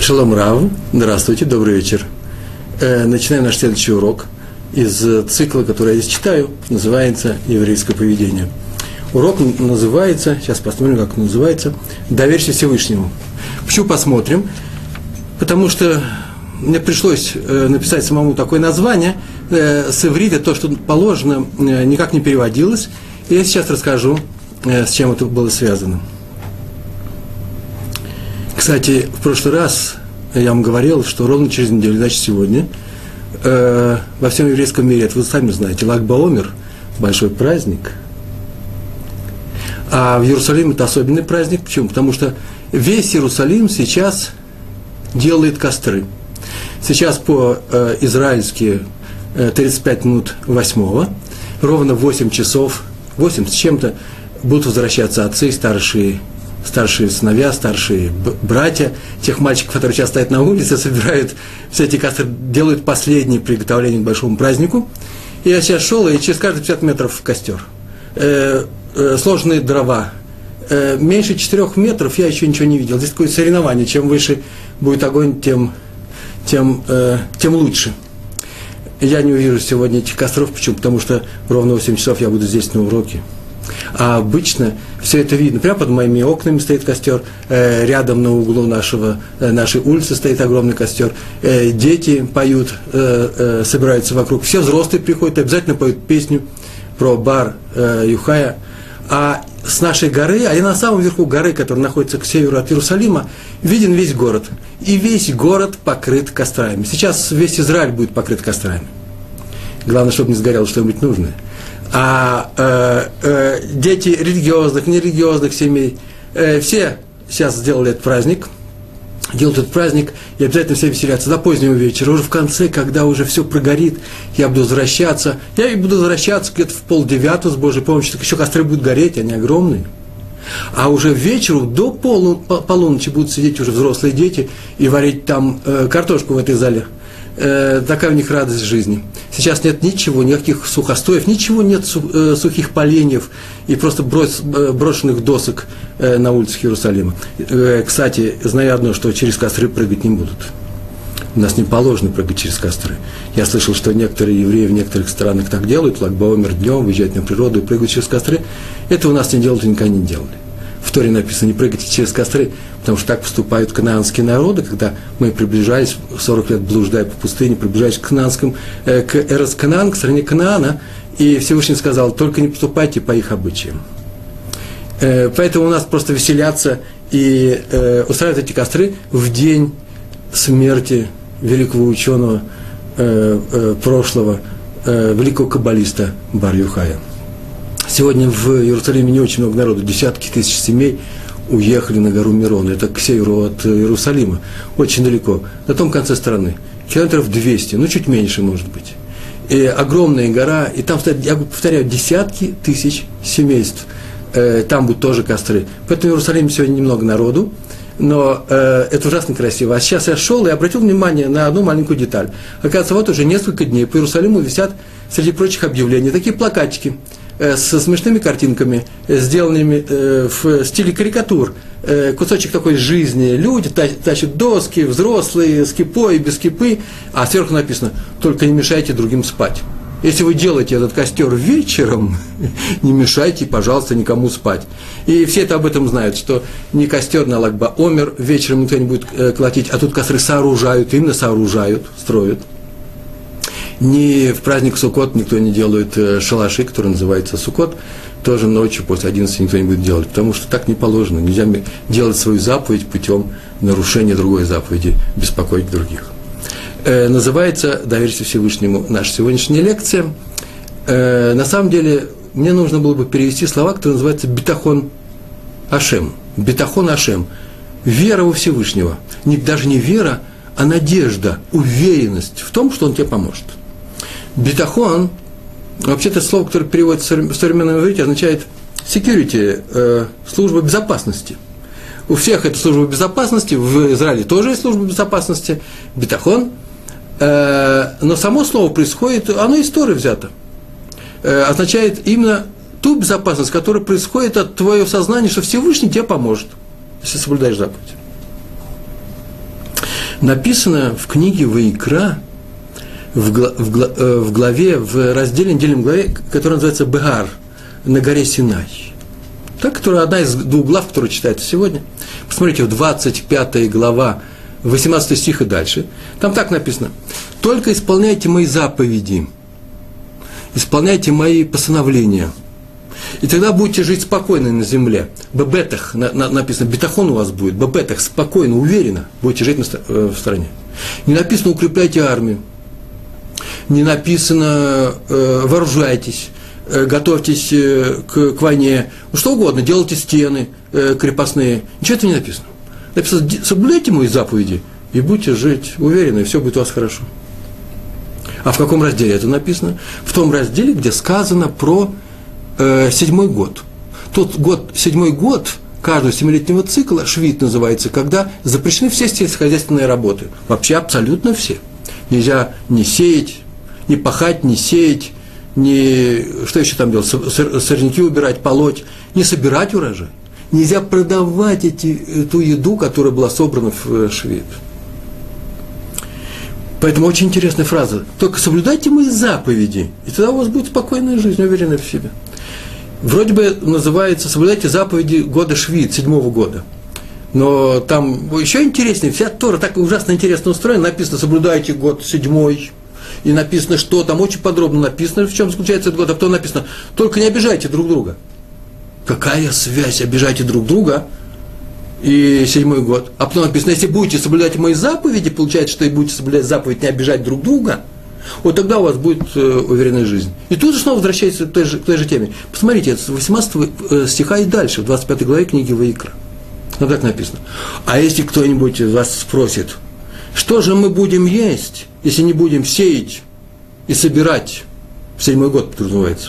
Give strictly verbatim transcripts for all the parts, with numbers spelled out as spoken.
Шалом Рав, здравствуйте, добрый вечер. Э, начинаем наш следующий урок из цикла, который я здесь читаю, называется «Еврейское поведение». Урок называется, сейчас посмотрим, как он называется, «Доверься Всевышнему». Почему посмотрим? Потому что мне пришлось э, написать самому такое название, э, с иврита то, что положено, э, никак не переводилось, и я сейчас расскажу, э, с чем это было связано. Кстати, в прошлый раз я вам говорил, что ровно через неделю, значит сегодня, э, во всем еврейском мире, это вы сами знаете, Lag BaOmer, большой праздник. А в Иерусалиме это особенный праздник. Почему? Потому что весь Иерусалим сейчас делает костры. Сейчас по-израильски э, тридцать пять минут восьмого, ровно в восемь часов, восемь с чем-то, будут возвращаться отцы, старшие старшие сыновья, старшие братья, тех мальчиков, которые сейчас стоят на улице, собирают все эти костры, делают последние приготовления к большому празднику. И я сейчас шел, и через каждые пятьдесят метров костер. Э, э, сложные дрова. Э, меньше четырех метров я еще ничего не видел. Здесь такое соревнование. Чем выше будет огонь, тем, тем, э, тем лучше. Я не увижу сегодня этих костров. Почему? Потому что ровно в восемь часов я буду здесь на уроке. А обычно все это видно. Прямо под моими окнами стоит костер, э, рядом на углу нашего, э, нашей улицы стоит огромный костер. Э, дети поют, э, э, собираются вокруг. Все взрослые приходят, обязательно поют песню про бар э, Юхая. А с нашей горы, а я на самом верху горы, которая находится к северу от Иерусалима, виден весь город. И весь город покрыт кострами. Сейчас весь Израиль будет покрыт кострами. Главное, чтобы не сгорело что-нибудь нужное. А э, э, дети религиозных, нерелигиозных семей, э, все сейчас сделали этот праздник, делают этот праздник, и обязательно все веселятся до позднего вечера. Уже в конце, когда уже все прогорит, я буду возвращаться, я и буду возвращаться где-то в полдевятого с Божьей помощью, так еще костры будут гореть, они огромные. А уже вечеру, до полу, полуночи будут сидеть уже взрослые дети и варить там э, картошку в этой зале. Э, такая у них радость жизни. Сейчас нет ничего, никаких сухостоев, ничего нет э, сухих поленьев и просто брос, э, брошенных досок э, на улицах Иерусалима. Э, кстати, знаю одно, что через костры прыгать не будут. У нас не положено прыгать через костры. Я слышал, что некоторые евреи в некоторых странах так делают, Lag BaOmer днем, выезжают на природу и прыгают через костры. Это у нас не делают и никогда не делали. В Торе написано, не прыгайте через костры, потому что так поступают канаанские народы, когда мы приближались, сорок лет блуждая по пустыне, приближались к канаанским, э, к Эрес Канаан, к стране Канаана, и Всевышний сказал, только не поступайте по их обычаям. Э, поэтому у нас просто веселятся и э, устраивают эти костры в день смерти великого ученого э, э, прошлого, э, великого каббалиста бар Юхая. Сегодня в Иерусалиме не очень много народу, десятки тысяч семей уехали на гору Мирон, это к северу от Иерусалима, очень далеко, на том конце страны, километров двести, ну чуть меньше может быть. И огромная гора, и там стоят, я повторяю, десятки тысяч семейств, э, там будут тоже костры. Поэтому в Иерусалиме сегодня немного народу, но э, это ужасно красиво. А сейчас я шел и обратил внимание на одну маленькую деталь. Оказывается, вот уже несколько дней по Иерусалиму висят, среди прочих объявлений, такие плакатчики э, со смешными картинками, э, сделанными э, в стиле карикатур. Э, кусочек такой жизни. Люди тащат доски, взрослые, с кипой, без кипы, а сверху написано «Только не мешайте другим спать». Если вы делаете этот костер вечером, не мешайте, пожалуйста, никому спать. И все это об этом знают, что не костер на Lag BaOmer вечером никто не будет э, колотить, а тут костры сооружают, именно сооружают, строят. Ни в праздник Суккот никто не делает э, шалаши, который называется Суккот, тоже ночью после одиннадцати никто не будет делать, потому что так не положено. Нельзя делать свою заповедь путем нарушения другой заповеди, беспокоить других. Называется «Доверься Всевышнему» наша сегодняшняя лекция. Э, на самом деле, мне нужно было бы перевести слова, которые называются «битахон Ашем». «Битахон Ашем». Вера во Всевышнего. Не, даже не вера, а надежда, уверенность в том, что Он тебе поможет. «Битахон» вообще-то слово, которое переводится в современном иврите, означает «security», э, служба безопасности. У всех это служба безопасности, в Израиле тоже есть служба безопасности, «битахон». Но само слово происходит, оно из Торы взято, означает именно ту безопасность, которая происходит от твоего сознания, что Всевышний тебе поможет, если соблюдаешь заповедь. Написано в книге Ваикра, в, гла, в, гла, в главе, в разделе, недельном главе, которая называется Бегар, на горе Синай. Так, которая одна из двух глав, которая читается сегодня. Посмотрите, в двадцать пятая глава, восемнадцатый стих и дальше. Там так написано: «Только исполняйте мои заповеди, исполняйте мои постановления, и тогда будете жить спокойно на земле». Бебетах на, на, написано, бетахон у вас будет, бебетах, спокойно, уверенно будете жить на, э, в стране. Не написано «укрепляйте армию», не написано э, «вооружайтесь», э, «готовьтесь э, к, к войне», ну, что угодно, делайте стены э, крепостные. Ничего этого не написано. Написано: «Соблюдайте мои заповеди, и будете жить уверенно, и все будет у вас хорошо». А в каком разделе это написано? В том разделе, где сказано про э, седьмой год. Тот год, седьмой год каждого семилетнего цикла, швит называется, когда запрещены все сельскохозяйственные работы. Вообще абсолютно все. Нельзя ни сеять, ни пахать, ни сеять, ни, что еще там делать, сорняки убирать, полоть, не собирать урожай. Нельзя продавать эти, эту еду, которая была собрана в швит. Поэтому очень интересная фраза. Только соблюдайте мои заповеди, и тогда у вас будет спокойная жизнь, уверенная в себе. Вроде бы называется «соблюдайте заповеди года Швит», седьмого года. Но там еще интереснее, вся Тора так ужасно интересно устроена. Написано «соблюдайте год седьмой». И написано, что там очень подробно написано, в чем заключается этот год. А потом написано «только не обижайте друг друга». Какая связь? Обижайте друг друга и седьмой год. А потом написано: если будете соблюдать мои заповеди, получается, что и будете соблюдать заповедь не обижать друг друга, вот тогда у вас будет э, уверенная жизнь. И тут же снова возвращается к той же, к той же теме. Посмотрите, с восемнадцатого стиха и дальше, в двадцать пятой главе книги Ваикра. Там так написано: а если кто-нибудь вас спросит, что же мы будем есть, если не будем сеять и собирать, в седьмой год подразумевается,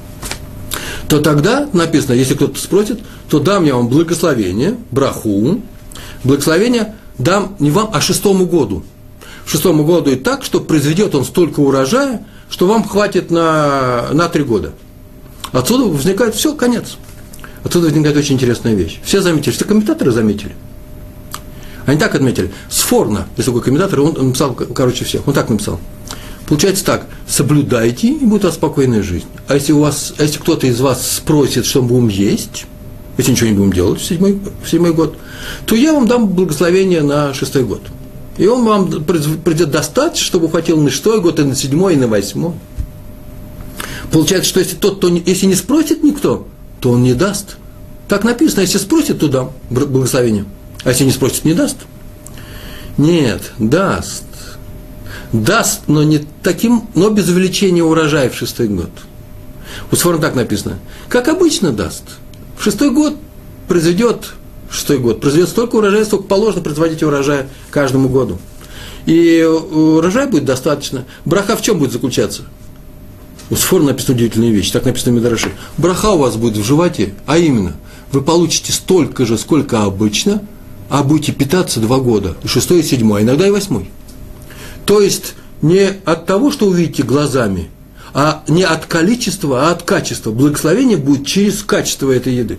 то тогда написано, если кто-то спросит, то дам я вам благословение, браху, благословение дам не вам, а шестому году. Шестому году и так, что произведет он столько урожая, что вам хватит на, на три года. Отсюда возникает все, конец. Отсюда возникает очень интересная вещь. Все заметили, все комментаторы заметили. Они так отметили. Сфорно, есть такой комментатор, он написал, короче, всех, он так написал. Получается так: соблюдайте, и будет у вас спокойная жизнь. А если, у вас, а если кто-то из вас спросит, что мы будем есть, если ничего не будем делать в седьмой, в седьмой год, то я вам дам благословение на шестой год. И он вам придет достаточно, чтобы хватило на шестой год, и на седьмой, и на восьмой. Получается, что если тот, кто, если не спросит никто, то он не даст. Так написано: если спросит, то дам благословение. А если не спросит, не даст? Нет, даст. Даст, но не таким, но без увеличения урожая в шестой год. У Сфорно так написано: как обычно даст. В шестой год произведет, шестой год произведет столько урожая, сколько положено производить урожая каждому году. И урожая будет достаточно. Браха в чем будет заключаться? У Сфорно написана удивительная вещь, так написано в Мидраше. Браха у вас будет в животе, а именно, вы получите столько же, сколько обычно, а будете питаться два года, шестой и седьмой, а иногда и восьмой. То есть не от того, что увидите глазами, а не от количества, а от качества. Благословение будет через качество этой еды.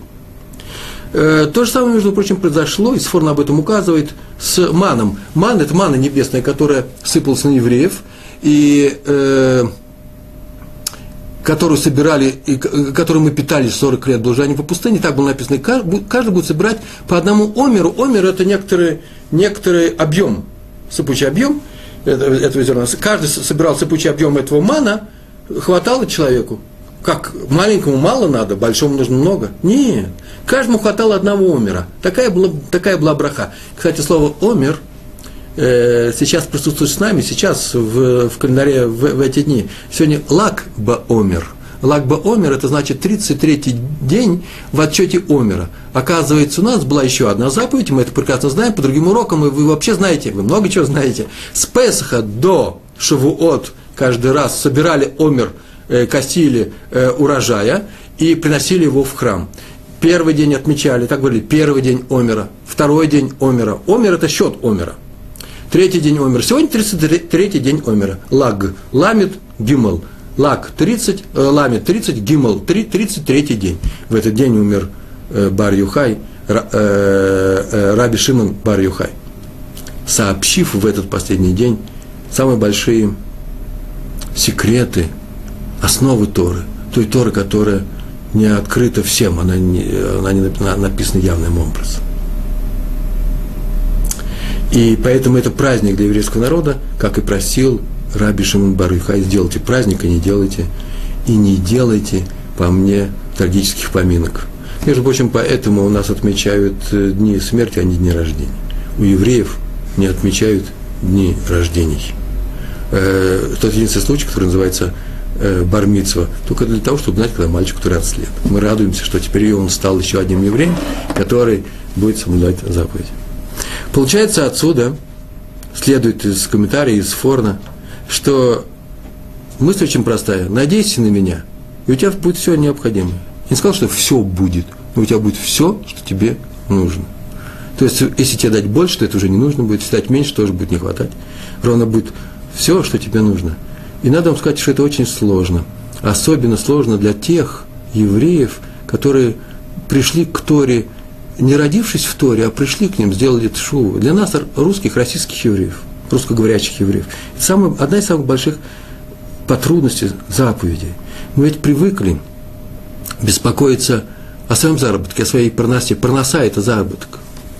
Э, то же самое, между прочим, произошло, и Сфорно об этом указывает, с маном. Ман – это манна небесная, которая сыпалась на евреев, и э, которую собирали, и, которую мы питались сорок лет блуждания по пустыне. Так было написано: каждый будет собирать по одному омеру. Омер – это некоторый, некоторый объем, сыпучий объем этого зерна. Каждый собирал сыпучий объем этого мана, хватало человеку. Как маленькому мало надо, большому нужно много? Нет. Каждому хватало одного омера. Такая была, такая была браха. Кстати, слово омер э, сейчас присутствует с нами, сейчас в, в календаре в, в эти дни. Сегодня лак ба-омер. Лак ба-омер – это значит тридцать третий день в отчете омера. Оказывается, у нас была еще одна заповедь, мы это прекрасно знаем, по другим урокам, и вы вообще знаете, вы много чего знаете. С Песаха до Шавуот каждый раз собирали омер, э, косили э, урожая и приносили его в храм. Первый день отмечали, так говорили, первый день омера, второй день омера. Омер – это счет омера. Третий день омера. Сегодня тридцать третий день омера. Лаг, ламит, гимал. Лаг тридцать, э, ламит тридцать, гимал тридцать третий день. В этот день умер э, Бар Юхай, э, э, Раби Шимон Бар Юхай. сообщив в этот последний день самые большие секреты, основы Торы, той Торы, которая не открыта всем, она не, она не написана явным образом. И поэтому это праздник для еврейского народа, как и просил Раби Шимон бар Йохай: сделайте праздник, и не делайте, и не делайте по мне трагических поминок. Между прочим, поэтому у нас отмечают дни смерти, а не дни рождения. У евреев не отмечают дни рождений. Э, тот единственный случай, который называется э, бар-мицва, только для того, чтобы знать, когда мальчику тринадцать лет. Мы радуемся, что теперь он стал еще одним евреем, который будет соблюдать заповедь. Получается, отсюда следует из комментариев, из Форна, что мысль очень простая: надейся на меня, и у тебя будет все необходимое. Я не сказал, что все будет, но у тебя будет все, что тебе нужно. То есть, если тебе дать больше, то это уже не нужно будет, если дать меньше, тоже будет не хватать. Ровно будет все, что тебе нужно. И надо вам сказать, что это очень сложно. Особенно сложно для тех евреев, которые пришли к Торе, не родившись в Торе, а пришли к ним, сделали тшуву. Для нас, русских, российских евреев, русскоговорящих евреев, это самая, одна из самых больших по трудности заповедей. Мы ведь привыкли беспокоиться о своем заработке, о своей парносе. Парноса – это заработок.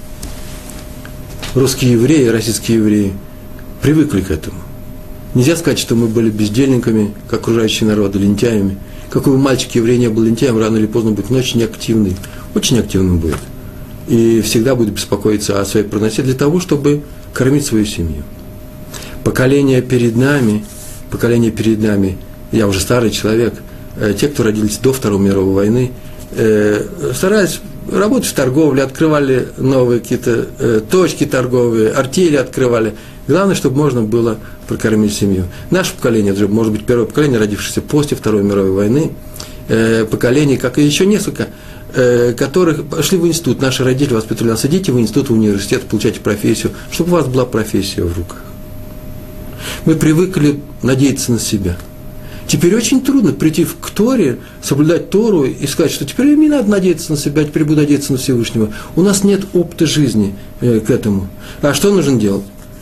Русские евреи, российские евреи привыкли к этому. Нельзя сказать, что мы были бездельниками, как окружающий народ, лентяями. Какой бы мальчик еврей не был лентяем, рано или поздно будет он очень активный, очень активным будет. И всегда будет беспокоиться о своей парносе для того, чтобы кормить свою семью. Поколение перед нами, поколение перед нами, я уже старый человек, те, кто родились до Второй мировой войны, старались работать в торговле, открывали новые какие-то э, точки торговые, артели открывали. Главное, чтобы можно было прокормить семью. Наше поколение, это же, может быть, первое поколение, родившееся после Второй мировой войны, э, поколение, как и еще несколько, э, которых пошли в институт. Наши родители воспитывали нас: идите в институт, в университет, получайте профессию, чтобы у вас была профессия в руках. Мы привыкли надеяться на себя. Теперь очень трудно прийти к Торе, соблюдать Тору и сказать, что теперь мне надо надеяться на себя, теперь буду надеяться на Всевышнего. У нас нет опыта жизни э, к этому. А что нужно делать?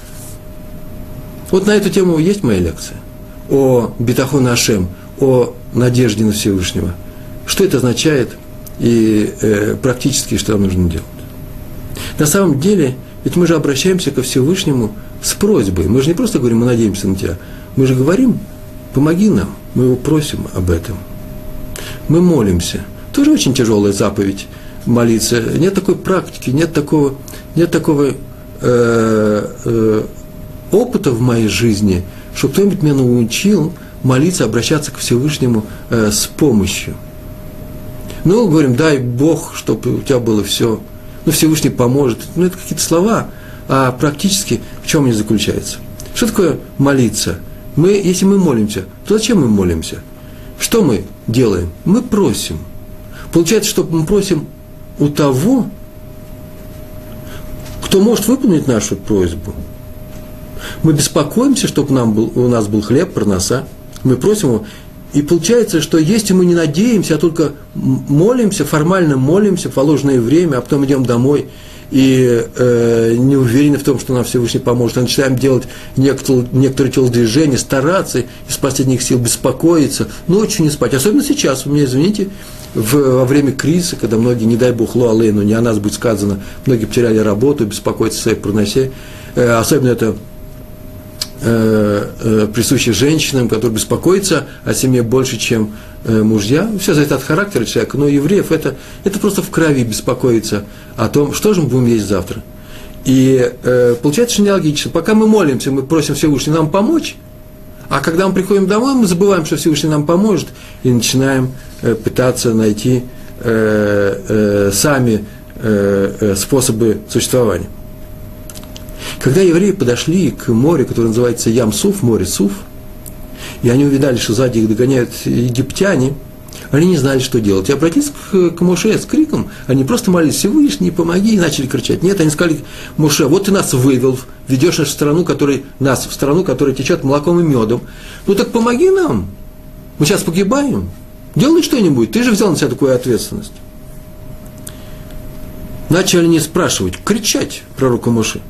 Вот на эту тему есть моя лекция о битахон Ашем, о надежде на Всевышнего. Что это означает и э, практически что нужно делать. На самом деле, ведь мы же обращаемся ко Всевышнему с просьбой. Мы же не просто говорим: мы надеемся на тебя. Мы же говорим: помоги нам, мы его просим об этом. Мы молимся. Тоже очень тяжелая заповедь молиться. Нет такой практики, нет такого, нет такого э, э, опыта в моей жизни, что кто-нибудь меня научил молиться, обращаться к Всевышнему э, с помощью. Ну, говорим: дай Бог, чтобы у тебя было все. Ну, Всевышний поможет. Ну, это какие-то слова. А практически в чем они заключаются? Что такое молиться? Мы, если мы молимся, то зачем мы молимся? Что мы делаем? Мы просим. Получается, что мы просим у того, кто может выполнить нашу просьбу. Мы беспокоимся, чтобы нам был, у нас был хлеб, парноса. Мы просим его. И получается, что если мы не надеемся, а только молимся, формально молимся в положенное время, а потом идем домой и э, не уверены в том, что нам Всевышний поможет, а начинаем делать некоторые, некоторые телодвижения, стараться из последних сил, беспокоиться, ночью не спать. Особенно сейчас, у меня, извините, в, во время кризиса, когда многие, не дай Бог, ло алейну, не о нас будет сказано, многие потеряли работу, беспокоятся о своей парносе, э, особенно это э, э, присуще женщинам, которые беспокоятся о семье больше, чем э, мужья. Все зависит от характера человека, но евреев это, это просто в крови беспокоиться о том, что же мы будем есть завтра. И э, получается, что нелогично. Пока мы молимся, мы просим Всевышнего нам помочь, а когда мы приходим домой, мы забываем, что Всевышний нам поможет, и начинаем э, пытаться найти э, э, сами э, э, способы существования. Когда евреи подошли к морю, которое называется Ям-Суф, море Суф, и они увидали, что сзади их догоняют египтяне, они не знали, что делать. И обратились к, к Моше с криком. Они просто молились: Всевышний, помоги, и начали кричать. Нет, они сказали: Моше, вот ты нас вывел, ведешь нас в страну, которая, нас в страну, которая течет молоком и медом. Ну так помоги нам. Мы сейчас погибаем. Делай что-нибудь. Ты же взял на себя такую ответственность. Начали они спрашивать, кричать пророку Моше.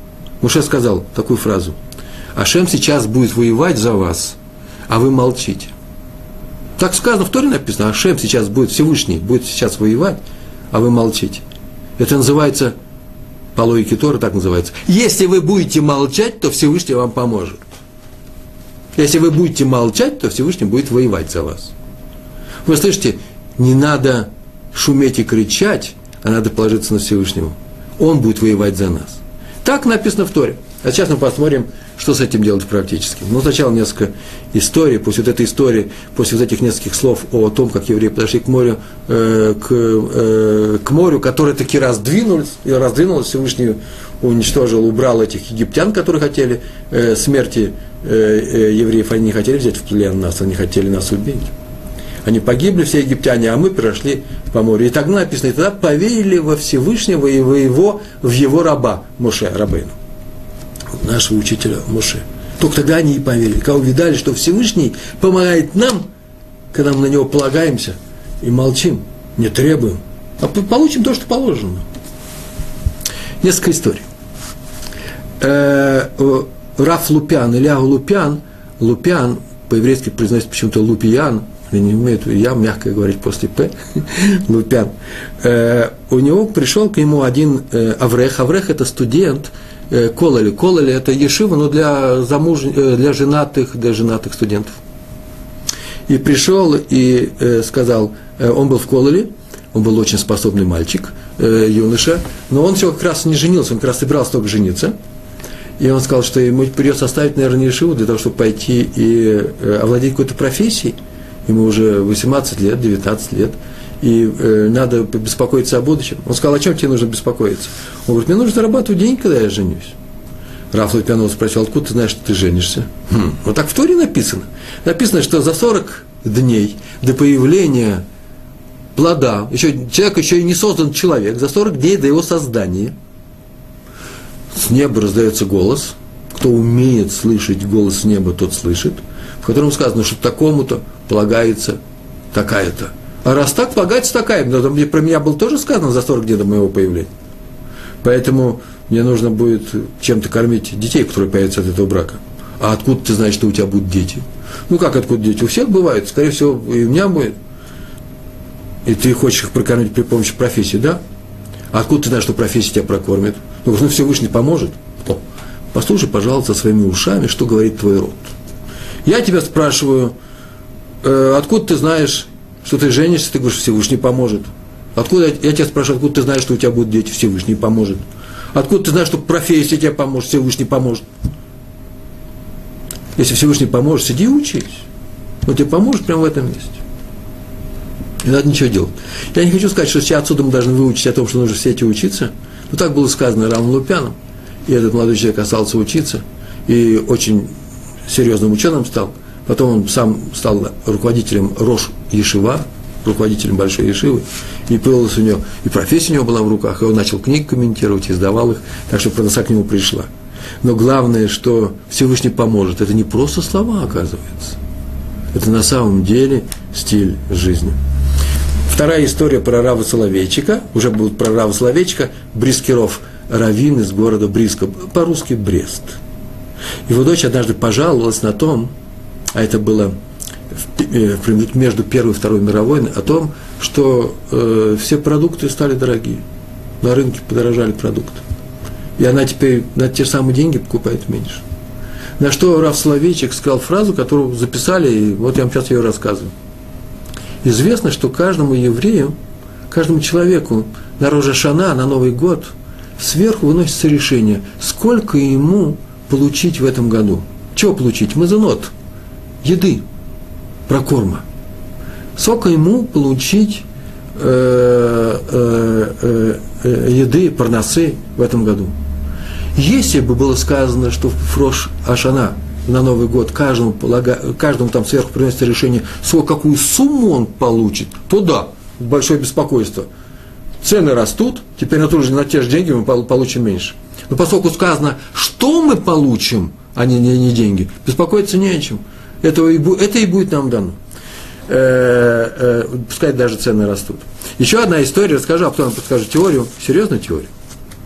Моше сказал такую фразу: Ашем сейчас будет воевать за вас, а вы молчите. Так сказано, в Торе написано: Ашем сейчас будет, Всевышний будет сейчас воевать, а вы молчите. Это называется, по логике Торы так называется: если вы будете молчать, то Всевышний вам поможет. Если вы будете молчать, то Всевышний будет воевать за вас. Вы слышите, не надо шуметь и кричать, а надо положиться на Всевышнего. Он будет воевать за нас. Так написано в Торе. А сейчас мы посмотрим, что с этим делать практически. Ну, сначала несколько историй. После вот этой истории, после вот этих нескольких слов о том, как евреи подошли к морю, э, к, э, к морю, которое таки раздвинулось, и раздвинулось, Всевышний уничтожил, убрал этих египтян, которые хотели э, смерти э, э, евреев. Они не хотели взять в плен нас, они хотели нас убить. Они погибли, все египтяне, а мы прошли по морю. И тогда написано, и тогда поверили во Всевышнего и в его, в его раба, Моше, Рабейну, нашего учителя Моше. Только тогда они и поверили, когда увидали, что Всевышний помогает нам, когда мы на него полагаемся и молчим, не требуем, а получим то, что положено. Несколько историй. Раф Лупян, Илья Лупян, Лупян, по-еврейски произносится почему-то Лупиян, не умеет я мягко говорить после П, Лупян. Э, у него пришел к нему один э, Аврех. Аврех – это студент э, Кололи. Кололи – это ешива, но для, замуж, э, для, женатых, для женатых студентов. И пришел и э, сказал, э, он был в Кололе, он был очень способный мальчик, э, юноша, но он все как раз не женился, он как раз собирался только жениться. И он сказал, что ему придется оставить, наверное, ешиву для того, чтобы пойти и э, овладеть какой-то профессией. Ему уже восемнадцать лет, девятнадцать лет, и э, надо беспокоиться о будущем. Он сказал: о чем тебе нужно беспокоиться? Он говорит: мне нужно зарабатывать деньги, когда я женюсь. Раф Лупян спросил: откуда ты знаешь, что ты женишься? Хм, вот так в Торе написано. Написано, что за сорок дней до появления плода, еще, человек еще и не создан человек, за сорок дней до его создания, с неба раздается голос. Кто умеет слышать голос неба, тот слышит, в котором сказано, что такому-то полагается такая-то. А раз так, полагается такая-то. Но там про меня было тоже сказано за сорок дней до моего появления. Поэтому мне нужно будет чем-то кормить детей, которые появятся от этого брака. А откуда ты знаешь, что у тебя будут дети? Ну, как откуда дети? У всех бывает. Скорее всего, и у меня будет. И ты хочешь их прокормить при помощи профессии, да? А откуда ты знаешь, что профессия тебя прокормит? Ну, ну Всевышний поможет. О, послушай, пожалуйста, своими ушами, что говорит твой род. Я тебя спрашиваю, э, откуда ты знаешь, что ты женишься, ты говоришь, Всевышний поможет. Откуда, я тебя спрашиваю, откуда ты знаешь, что у тебя будут дети, Всевышний поможет. Откуда ты знаешь, что профессия тебе поможет, Всевышний поможет. Если Всевышний поможет, сиди и учись. Он тебе поможет прямо в этом месте. Не надо ничего делать. Я не хочу сказать, что сейчас отсюда мы должны выучить о том, что нужно все эти учиться. Но так было сказано Равом Лупяном. И этот молодой человек остался учиться. И очень серьезным ученым стал. Потом он сам стал руководителем Рош Ешива, руководителем большой ешивы. И появилась у него, и профессия у него была в руках. И он начал книги комментировать, издавал их. Так что проноса к нему пришла. Но главное, что Всевышний поможет. Это не просто слова, оказывается. Это на самом деле стиль жизни. Вторая история про Рава Соловейчика. Уже будет про Рава Соловейчика. Брискиров, раввин из города Бриска. По-русски Брест. Его дочь однажды пожаловалась на том, а это было между Первой и Второй мировой, о том, что э, все продукты стали дорогие. На рынке подорожали продукты. И она теперь на те же самые деньги покупает меньше. На что Рав Соловейчик сказал фразу, которую записали, и вот я вам сейчас ее рассказываю. Известно, что каждому еврею, каждому человеку на Рош ха-Шана, на Новый год, сверху выносится решение, сколько ему получить в этом году. Чего получить? Мазонот, еды, прокорма. Сколько ему получить э, э, э, еды, парносы в этом году. Если бы было сказано, что в Рош ха-Шана, на Новый год, каждому, полага, каждому там сверху приносится решение, сколько, какую сумму он получит, то да, большое беспокойство. Цены растут, теперь на, же, на те же деньги мы получим меньше. Но поскольку сказано, что мы получим, а не, не, не деньги, беспокоиться не о чем. Это и, это и будет нам дано. Э, э, пускай даже цены растут. Еще одна история, расскажу, а потом подскажу теорию, серьезную теорию.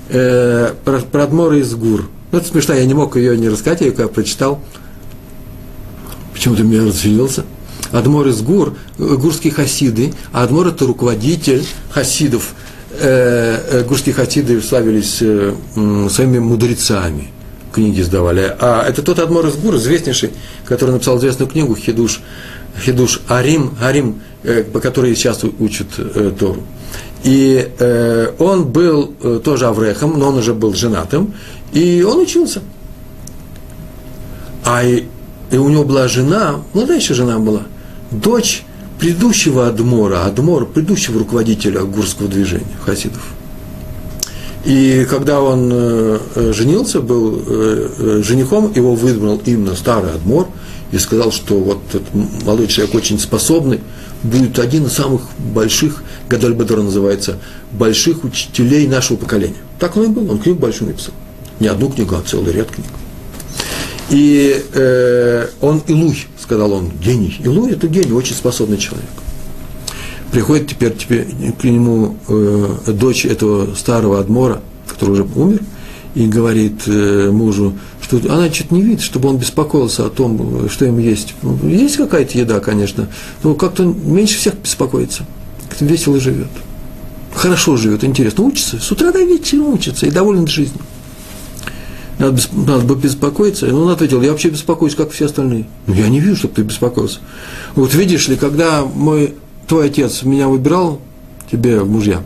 э, про, про Адмора из Гур. Ну, это смешно, я не мог ее не рассказать, я ее когда прочитал. Почему-то меня развеселился. Адмор из Гур, гурские хасиды, а Адмор – это руководитель хасидов. Э, э, гурские хасиды славились э, э, своими мудрецами, книги издавали. А это тот Адмор из Гур, известнейший, который написал известную книгу «Хидуш», Хидуш Арим, Арим, э, по которой сейчас учат э, Тору. И э, он был э, тоже аврехом, но он уже был женатым, и он учился. А и, и у него была жена, молодая еще жена была, дочь предыдущего Адмора, Адмор, предыдущего руководителя гурского движения, хасидов. И когда он э, женился, был э, э, женихом, его выбрал именно старый Адмор, и сказал, что вот этот молодой человек очень способный, будет один из самых больших, Гадоль Бадор называется, больших учителей нашего поколения. Так он и был, он книгу большую написал. Не одну книгу, а целый ряд книг. И э, он Илуй, сказал он, гений. Илуй – это гений, очень способный человек. Приходит теперь, теперь к нему э, дочь этого старого Адмора, который уже умер, и говорит э, мужу, что она что-то не видит, чтобы он беспокоился о том, что им есть. Есть какая-то еда, конечно, но как-то меньше всех беспокоится. Как-то весело живет. Хорошо живет, интересно. Учится, с утра до вечера учится и доволен жизнью. Надо, надо бы беспокоиться. И он ответил, я вообще беспокоюсь, как все остальные. Ну, я не вижу, чтобы ты беспокоился. Вот видишь ли, когда мой, твой отец меня выбирал, тебе в мужья,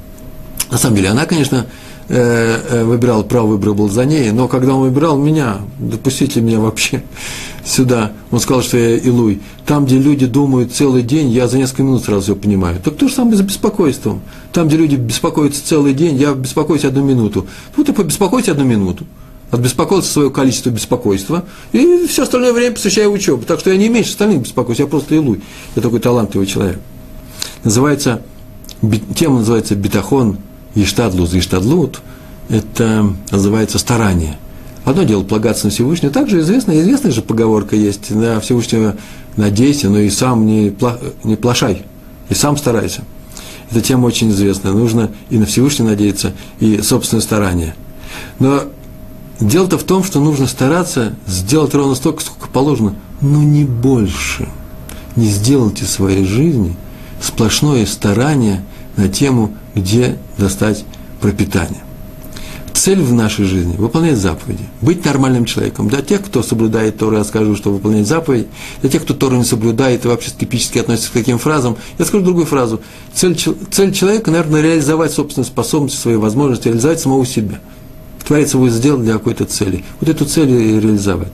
на самом деле, она, конечно, выбирал, право выбора был за ней, но когда он выбирал меня, допустите меня вообще сюда, он сказал, что я Илуй, там, где люди думают целый день, я за несколько минут сразу все понимаю. Так то же самое с беспокойством. Там, где люди беспокоятся целый день, я беспокоюсь одну минуту. Ну, ты побеспокойся одну минуту, отбеспокоился свое количество беспокойства, и все остальное время посвящаю учебе. Так что я не меньше остальных беспокоюсь, я просто Илуй. Я такой талантливый человек. Называется, тема называется «Битахон Иштадлут». Иштадлут – это называется старание. Одно дело полагаться на Всевышнего. Также известная, известная же поговорка есть: на Всевышнего надейся, но и сам не, пла, не плашай, и сам старайся. Эта тема очень известная. Нужно и на Всевышнего надеяться, и собственное старание. Но дело-то в том, что нужно стараться сделать ровно столько, сколько положено, но не больше. Не сделайте в своей жизни сплошное старание на тему, где достать пропитание. Цель в нашей жизни – выполнять заповеди, быть нормальным человеком. Для тех, кто соблюдает Тору, я скажу, что выполнять заповеди. Для тех, кто Тору не соблюдает и вообще скептически относится к таким фразам, я скажу другую фразу. Цель, цель человека, наверное, реализовать собственные способности, свои возможности, реализовать самого себя. Творец его сделал для какой-то цели. Вот эту цель и реализовать.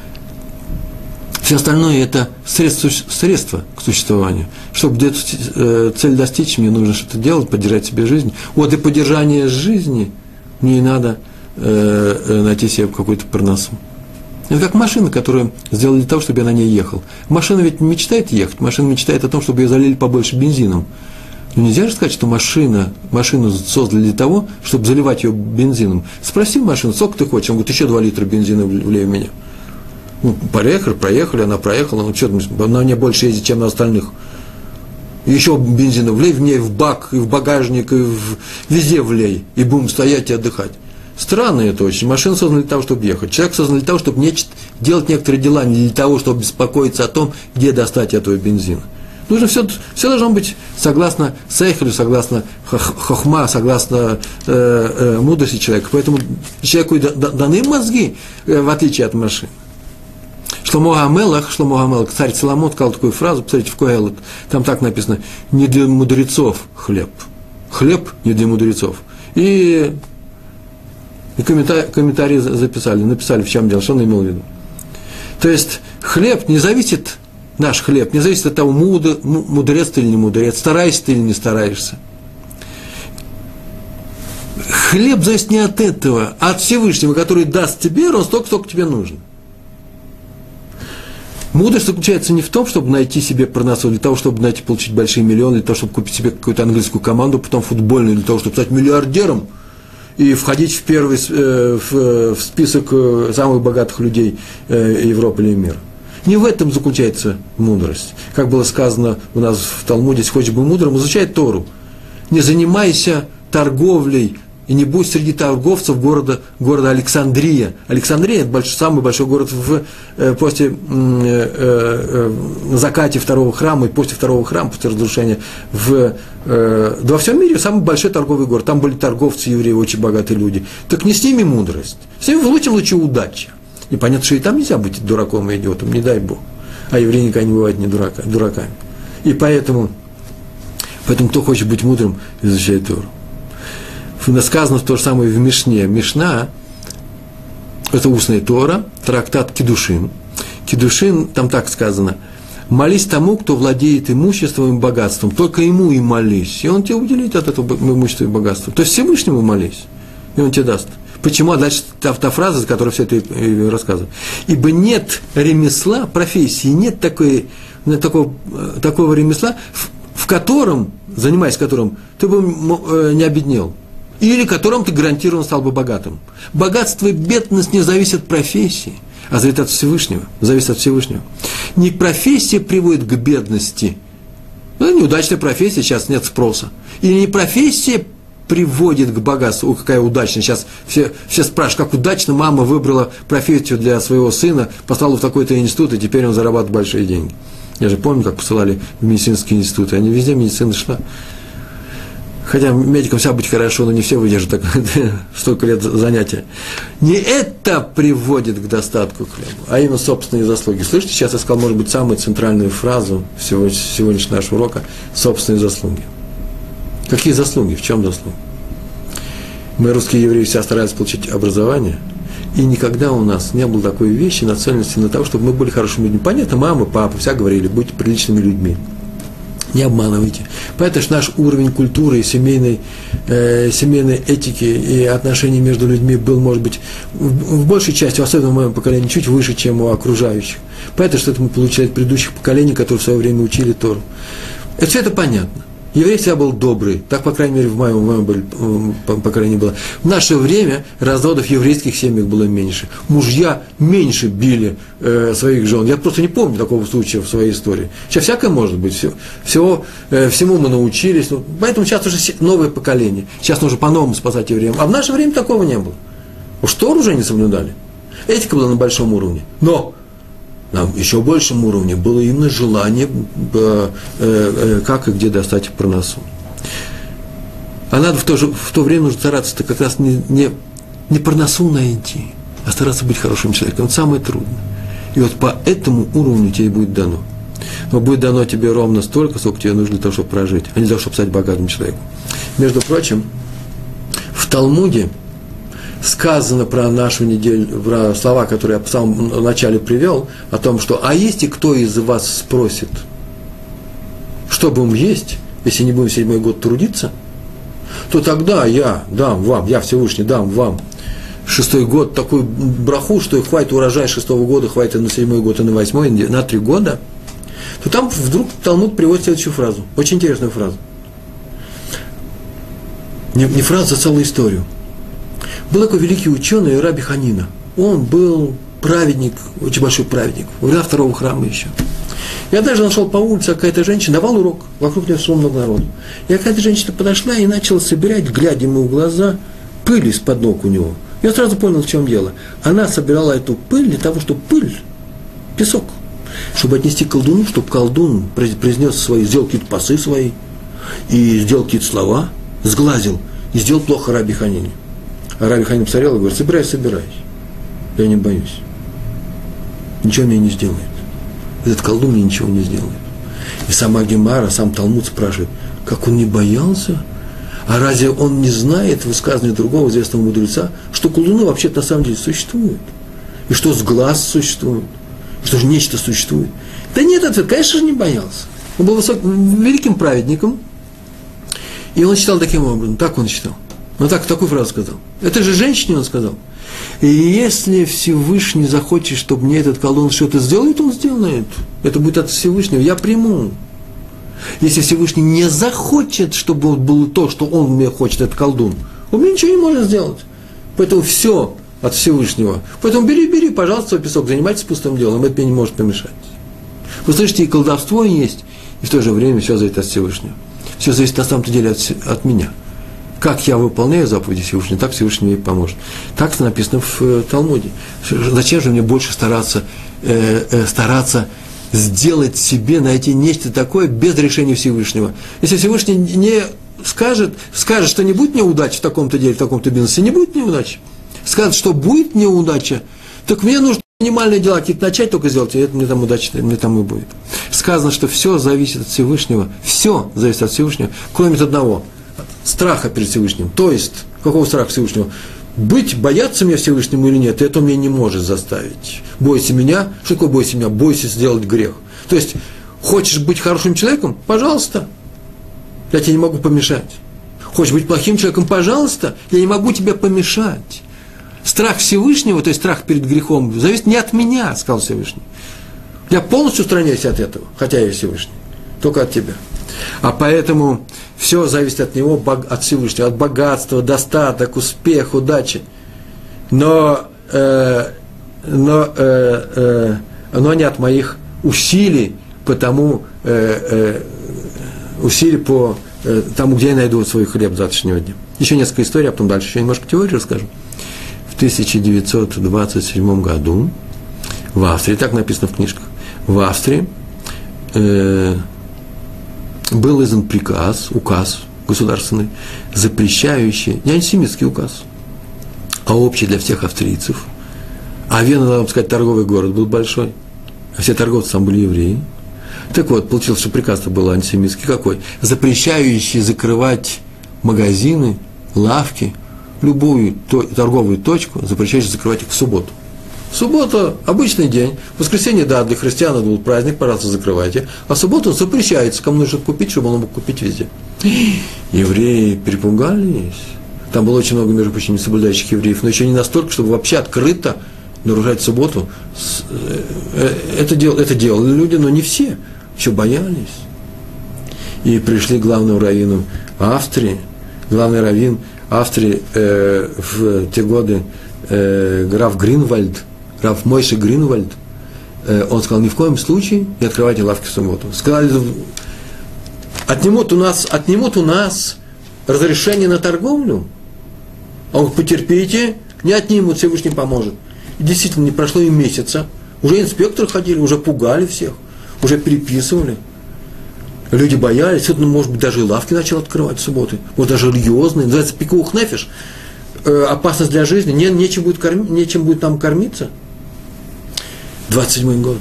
Все остальное – это средство, средство к существованию. Чтобы где-то э, цель достичь, мне нужно что-то делать, поддержать себе жизнь. Вот и поддержание жизни мне и надо э, э, найти себе какую-то парносу. Это как машина, которую сделали для того, чтобы я на ней ехал. Машина ведь не мечтает ехать, машина мечтает о том, чтобы ее залили побольше бензином. Но нельзя же сказать, что машина, машину создали для того, чтобы заливать ее бензином. Спроси машину, сколько ты хочешь? Он говорит, еще два литра бензина влей в меня. Ну, проехали, проехали, она проехала, ну, что, на мне больше ездит, чем на остальных. Еще бензина влей в ней, в бак, и в багажник, и в, везде влей, и будем стоять и отдыхать. Странно это очень. Машина создана для того, чтобы ехать. Человек создан для того, чтобы нечто, делать некоторые дела, не для того, чтобы беспокоиться о том, где достать этого бензина. Нужно все, все должно быть согласно сейхелю, согласно хохма, согласно э, э, мудрости человека. Поэтому человеку даны мозги, э, в отличие от машины. Шломо Амелах, Шломо Амелах, царь Соломон сказал такую фразу, посмотрите, в Коэлет, там так написано: не для мудрецов хлеб. Хлеб не для мудрецов. И, и комментарии, комментарии записали, написали, в чем дело, что он имел в виду. То есть хлеб не зависит, наш хлеб, не зависит от того, мудр, мудрец ты или не мудрец, стараешься ты или не стараешься. Хлеб зависит не от этого, а от Всевышнего, который даст тебе ровно столько, сколько тебе нужно. Мудрость заключается не в том, чтобы найти себе парносу, для того, чтобы найти, получить большие миллионы, для того, чтобы купить себе какую-то английскую команду, потом футбольную, для того, чтобы стать миллиардером и входить в первый в, в список самых богатых людей Европы или мира. Не в этом заключается мудрость. Как было сказано у нас в Талмуде, если хочешь быть мудрым, изучай Тору. Не занимайся торговлей и не будь среди торговцев города, города Александрия. Александрия – это больш, самый большой город в, э, после э, э, э, закате второго храма и после второго храма, после разрушения, в, э, да во всем мире самый большой торговый город. Там были торговцы, евреи, очень богатые люди. Так не с ними мудрость, с ними в лучшем случае удача. И понятно, что и там нельзя быть дураком и идиотом, не дай Бог. А евреи никогда не бывают не дурака, дураками. И поэтому, поэтому кто хочет быть мудрым, изучает Тору. Сказано то же самое в Мишне. Мишна – это устная Тора, трактат Кидушин. Кидушин, там так сказано: молись тому, кто владеет имуществом и богатством, только ему и молись, и он тебе уделит от этого имущества и богатства. То есть Всевышнему молись, и он тебе даст. Почему? А дальше та, та фраза, за которой все это и рассказывает. Ибо нет ремесла, профессии, нет такой, такого, такого ремесла, в, в котором, занимаясь которым, ты бы не обеднел. Или которым ты гарантированно стал бы богатым. Богатство и бедность не зависят от профессии, а зависит от Всевышнего. Зависит от Всевышнего. Не профессия приводит к бедности. Ну, неудачная профессия, сейчас нет спроса. Или не профессия приводит к богатству. О, какая удачная. Сейчас все, все спрашивают, как удачно мама выбрала профессию для своего сына, послала в такой-то институт, и теперь он зарабатывает большие деньги. Я же помню, как посылали в медицинские институты. Они везде медицина шла. Хотя медикам всегда быть хорошо, но не все выдержат так, столько лет занятия. Не это приводит к достатку хлеба, а именно собственные заслуги. Слышите, сейчас я сказал, может быть, самую центральную фразу всего, сегодняшнего нашего урока – собственные заслуги. Какие заслуги? В чем заслуги? Мы, русские евреи, все старались получить образование, и никогда у нас не было такой вещи, нацеленности на то, чтобы мы были хорошими людьми. Понятно, мама, папа, все говорили, будьте приличными людьми. Не обманывайте. Поэтому что наш уровень культуры и семейной, э, семейной этики и отношений между людьми был, может быть, в, в большей части, особенно в моем поколении, чуть выше, чем у окружающих. Поэтому что это мы получили от предыдущих поколений, которые в свое время учили Тору. Это все это понятно. Еврей всегда был добрый, так, по крайней мере, в моем, в моем поколении было. В наше время разводов в еврейских семьях было меньше. Мужья меньше били э, своих жен. Я просто не помню такого случая в своей истории. Сейчас всякое может быть. Все, всего, э, всему мы научились. Ну, поэтому сейчас уже новое поколение. Сейчас нужно по-новому спасать евреям. А в наше время такого не было. Уж Тору уже не соблюдали. Этика была на большом уровне. Но на еще большем уровне было именно желание, э, э, как и где достать проносу. А надо в то, же, в то время нужно стараться как раз не, не, не проносу найти, а стараться быть хорошим человеком. Это самое трудное. И вот по этому уровню тебе будет дано. Но будет дано тебе ровно столько, сколько тебе нужно для того, чтобы прожить, а не для того, чтобы стать богатым человеком. Между прочим, в Талмуде сказано про нашу неделю, про слова, которые я в самом начале привел, о том, что «а есть и кто из вас спросит, что будем есть, если не будем седьмой год трудиться, то тогда я дам вам, я Всевышний дам вам шестой год такую браху, что хватит урожая шестого года, хватит на седьмой год и на восьмой, на три года», то там вдруг Талмуд приводит следующую фразу, очень интересную фразу. Не, не фразу, а целую историю. Был такой великий ученый Раби Ханина. Он был праведник, очень большой праведник, во времена второго храма еще. Я даже нашел по улице, какая-то женщина давал урок, вокруг нее шло много народу. И какая-то женщина подошла и начала собирать, глядя ему в глаза, пыль из-под ног у него. Я сразу понял, в чем дело. Она собирала эту пыль для того, чтобы пыль, песок, чтобы отнести к колдуну, чтобы колдун произнес свои, сделал какие-то пасы свои, и сделал какие-то слова, сглазил, и сделал плохо Раби Ханине. А Раби Ханин посмотрел и говорит: собирай, собирай. Я не боюсь. Ничего мне не сделает. Этот колдун мне ничего не сделает. И сама Гемара, сам Талмуд спрашивает, как он не боялся? А разве он не знает высказывания другого известного мудреца, что колдуны вообще-то на самом деле существуют? И что сглаз существует? И что же нечто существует? Да нет, ответ, конечно же, не боялся. Он был высоким, великим праведником, и он считал таким образом, так он считал. Он так, такую фразу сказал. Это же женщине он сказал. И если Всевышний захочет, чтобы мне этот колдун что-то сделает, он сделает. Это будет от Всевышнего. Я приму. Если Всевышний не захочет, чтобы было то, что он мне хочет, этот колдун, он мне ничего не может сделать. Поэтому все от Всевышнего. Поэтому бери, бери, пожалуйста, свой песок, занимайтесь пустым делом, это мне не может помешать. Вы слышите, и колдовство есть, и в то же время все зависит от Всевышнего. Все зависит на самом деле от, от меня. Как я выполняю заповеди Всевышнего, так Всевышний мне и поможет. Так написано в э, Талмуде. Зачем же мне больше стараться, э, э, стараться сделать себе, найти нечто такое без решения Всевышнего? Если Всевышний не скажет, скажет, что не будет неудачи в таком-то деле, в таком-то бизнесе, не будет неудачи. Скажет, что будет неудача, так мне нужно минимальные дела какие-то начать только сделать, и это мне там удача, мне там и будет. Сказано, что все зависит от Всевышнего, все зависит от Всевышнего, кроме одного – страха перед Всевышним. То есть, какого страха Всевышнего? Быть, бояться меня Всевышнему или нет, это меня не может заставить. Бойся меня, что такое бойся меня? Бойся сделать грех. То есть, хочешь быть хорошим человеком? Пожалуйста, я тебе не могу помешать. Хочешь быть плохим человеком? Пожалуйста, я не могу тебе помешать. Страх Всевышнего, то есть страх перед грехом, зависит не от меня, сказал Всевышний. Я полностью устраняюсь от этого, хотя я Всевышний, только от тебя. А поэтому все зависит от него, от Всевышнего, от богатства, достаток, успех, удачи. Но, э, но, э, э, но не от моих усилий, потому э, э, усилий по э, тому, где я найду свой хлеб завтрашнего дня. Еще несколько историй, а потом дальше еще немножко теории расскажу. В тысяча девятьсот двадцать седьмом году в Австрии, так написано в книжках, в Австрии э, был издан приказ, указ государственный, запрещающий, не антисемитский указ, а общий для всех австрийцев. А Вена, надо вам сказать, торговый город был большой, а все торговцы там были евреи. Так вот, получилось, что приказ-то был антисемитский какой? Запрещающий закрывать магазины, лавки, любую то, торговую точку, запрещающий закрывать их в субботу. Суббота – обычный день, воскресенье, да, для христиан это был праздник, пожалуйста, закрывайте, а субботу запрещается, кому нужно купить, чтобы он мог купить везде. Евреи перепугались, там было очень много, между прочим, несоблюдающих евреев, но еще не настолько, чтобы вообще открыто нарушать субботу. Это, дел, это делали люди, но не все, еще боялись. И пришли к главному раввину Австрии, главный раввин Австрии э, в те годы, э, граф Гринвальд, граф Мойше Гринвальд, э, он сказал, ни в коем случае не открывайте лавки в субботу. Сказали, отнимут у нас, отнимут у нас разрешение на торговлю, а он, потерпите, не отнимут, Всевышний поможет. И действительно, не прошло и месяца, уже инспекторы ходили, уже пугали всех, уже переписывали. Люди боялись, кто-то, ну, может быть, даже и лавки начал открывать в субботы, может, даже религиозные, называется пикух нефиш, э, опасность для жизни, не, нечем, будет корми, нечем будет нам кормиться. двадцать седьмой год.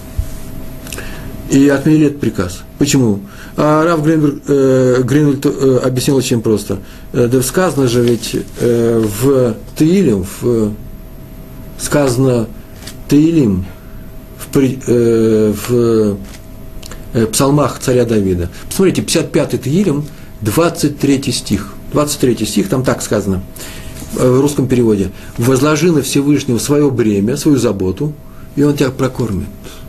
И отменили этот приказ. Почему? А Рав Гринвальд э, Гринвальд, э, объяснил очень просто. Э, да сказано же ведь э, в Теилим, в, сказано Теилим, в, э, в псалмах царя Давида. Посмотрите, пятьдесят пятый Теилим, двадцать третий стих. двадцать третий стих, там так сказано, в русском переводе. «Возложи на Всевышнего свое бремя, свою заботу, и он тебя прокормит».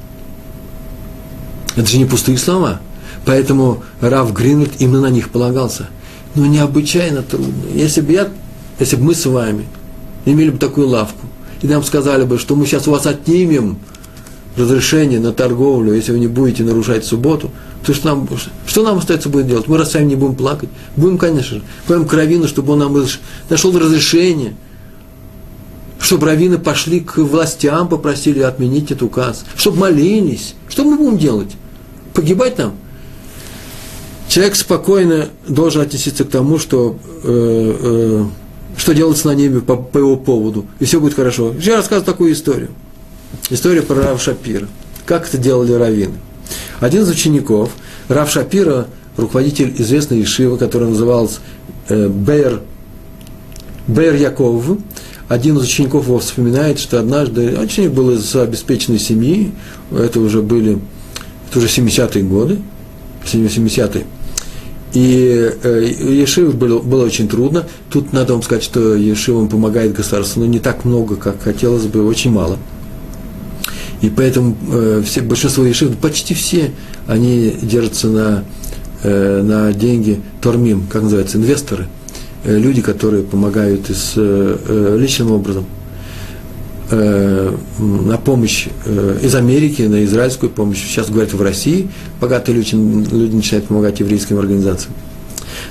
Это же не пустые слова. Поэтому Рав Гринвальд именно на них полагался. Но необычайно трудно. Если бы я, если бы мы с вами имели бы такую лавку, и нам сказали бы, что мы сейчас у вас отнимем разрешение на торговлю, если вы не будете нарушать субботу, то что нам, что нам остается будет делать? Мы раз сами не будем плакать. Будем, конечно же, пойдем к раввину, чтобы он нам нашел разрешение, чтобы раввины пошли к властям, попросили отменить этот указ, чтобы молились. Что мы будем делать? Погибать нам? Человек спокойно должен относиться к тому, что, э, э, что делается на небе по, по его поводу, и все будет хорошо. Я рассказываю такую историю. История про Рав Шапира. Как это делали раввины? Один из учеников, Рав Шапира, руководитель известной ешивы, которая называлась э, Бейр, Бейр Яков, один из учеников его вспоминает, что однажды, ученик был из обеспеченной семьи, это уже были, это уже семидесятые годы, семидесятые, и э, ешиве было, было очень трудно. Тут надо вам сказать, что ешивам помогает государство, но не так много, как хотелось бы, очень мало. И поэтому э, все, большинство ешив, почти все, они держатся на, э, на деньги тормим, как называется, инвесторы, э, люди, которые помогают из, э, личным образом э, на помощь э, из Америки, на израильскую помощь. Сейчас говорят в России, богатые люди, люди начинают помогать еврейским организациям.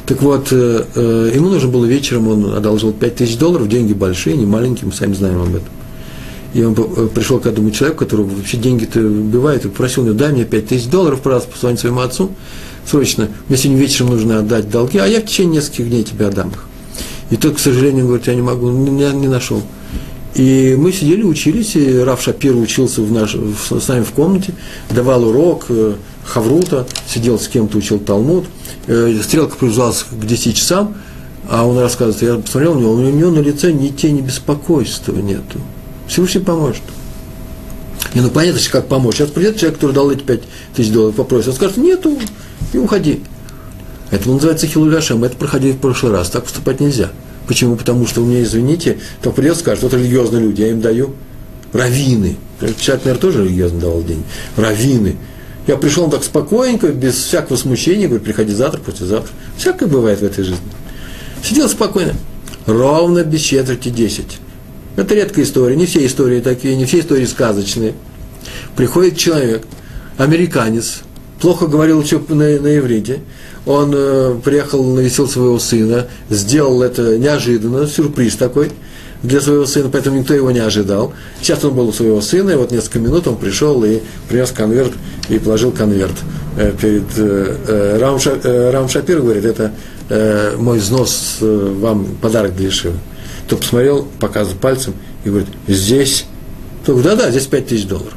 Так вот, э, э, ему нужно было вечером, он одолжил пять тысяч долларов, деньги большие, не маленькие, мы сами знаем об этом. И он пришел к этому человеку, которого вообще деньги-то убивают, и попросил него: дай мне пять тысяч долларов, пожалуйста, позвони своему отцу, срочно, мне сегодня вечером нужно отдать долги, а я в течение нескольких дней тебе отдам их. И тот, к сожалению, говорит: я не могу, не, не нашел. И мы сидели, учились, и Рав Шапир учился в наш, в, с нами в комнате, давал урок, э, Хаврута, сидел с кем-то, учил Талмуд, э, стрелка приближалась к десяти часам, а он рассказывает: я посмотрел на него, у него на лице ни тени беспокойства нету. Всевышний поможет. Не, ну понятно, как помочь. Сейчас придет человек, который дал эти пять тысяч долларов, попросит, он скажет: нету, и уходи. Это называется хилуль Ашем, это проходили в прошлый раз, так поступать нельзя. Почему? Потому что у меня, извините, то придет, скажет: вот религиозные люди, я им даю. Раввины. Человек, наверное, тоже религиозно давал деньги. Раввины. Я пришел так спокойненько, без всякого смущения, говорю: приходи завтра, послезавтра. Всякое бывает в этой жизни. Сидел спокойно. Ровно без четверти десять. Это редкая история. Не все истории такие, не все истории сказочные. Приходит человек, американец, плохо говорил еще на, на иврите. Он э, приехал, навестил своего сына, сделал это неожиданно, сюрприз такой для своего сына, поэтому никто его не ожидал. Сейчас он был у своего сына, и вот несколько минут он пришел и принес конверт, и положил конверт э, перед э, э, Рам, Ша, э, Рам Шапир, говорит: это э, мой взнос, э, вам подарок для Ешивы. То посмотрел, показывает пальцем и говорит: здесь, то говорит: да-да, здесь пять тысяч долларов.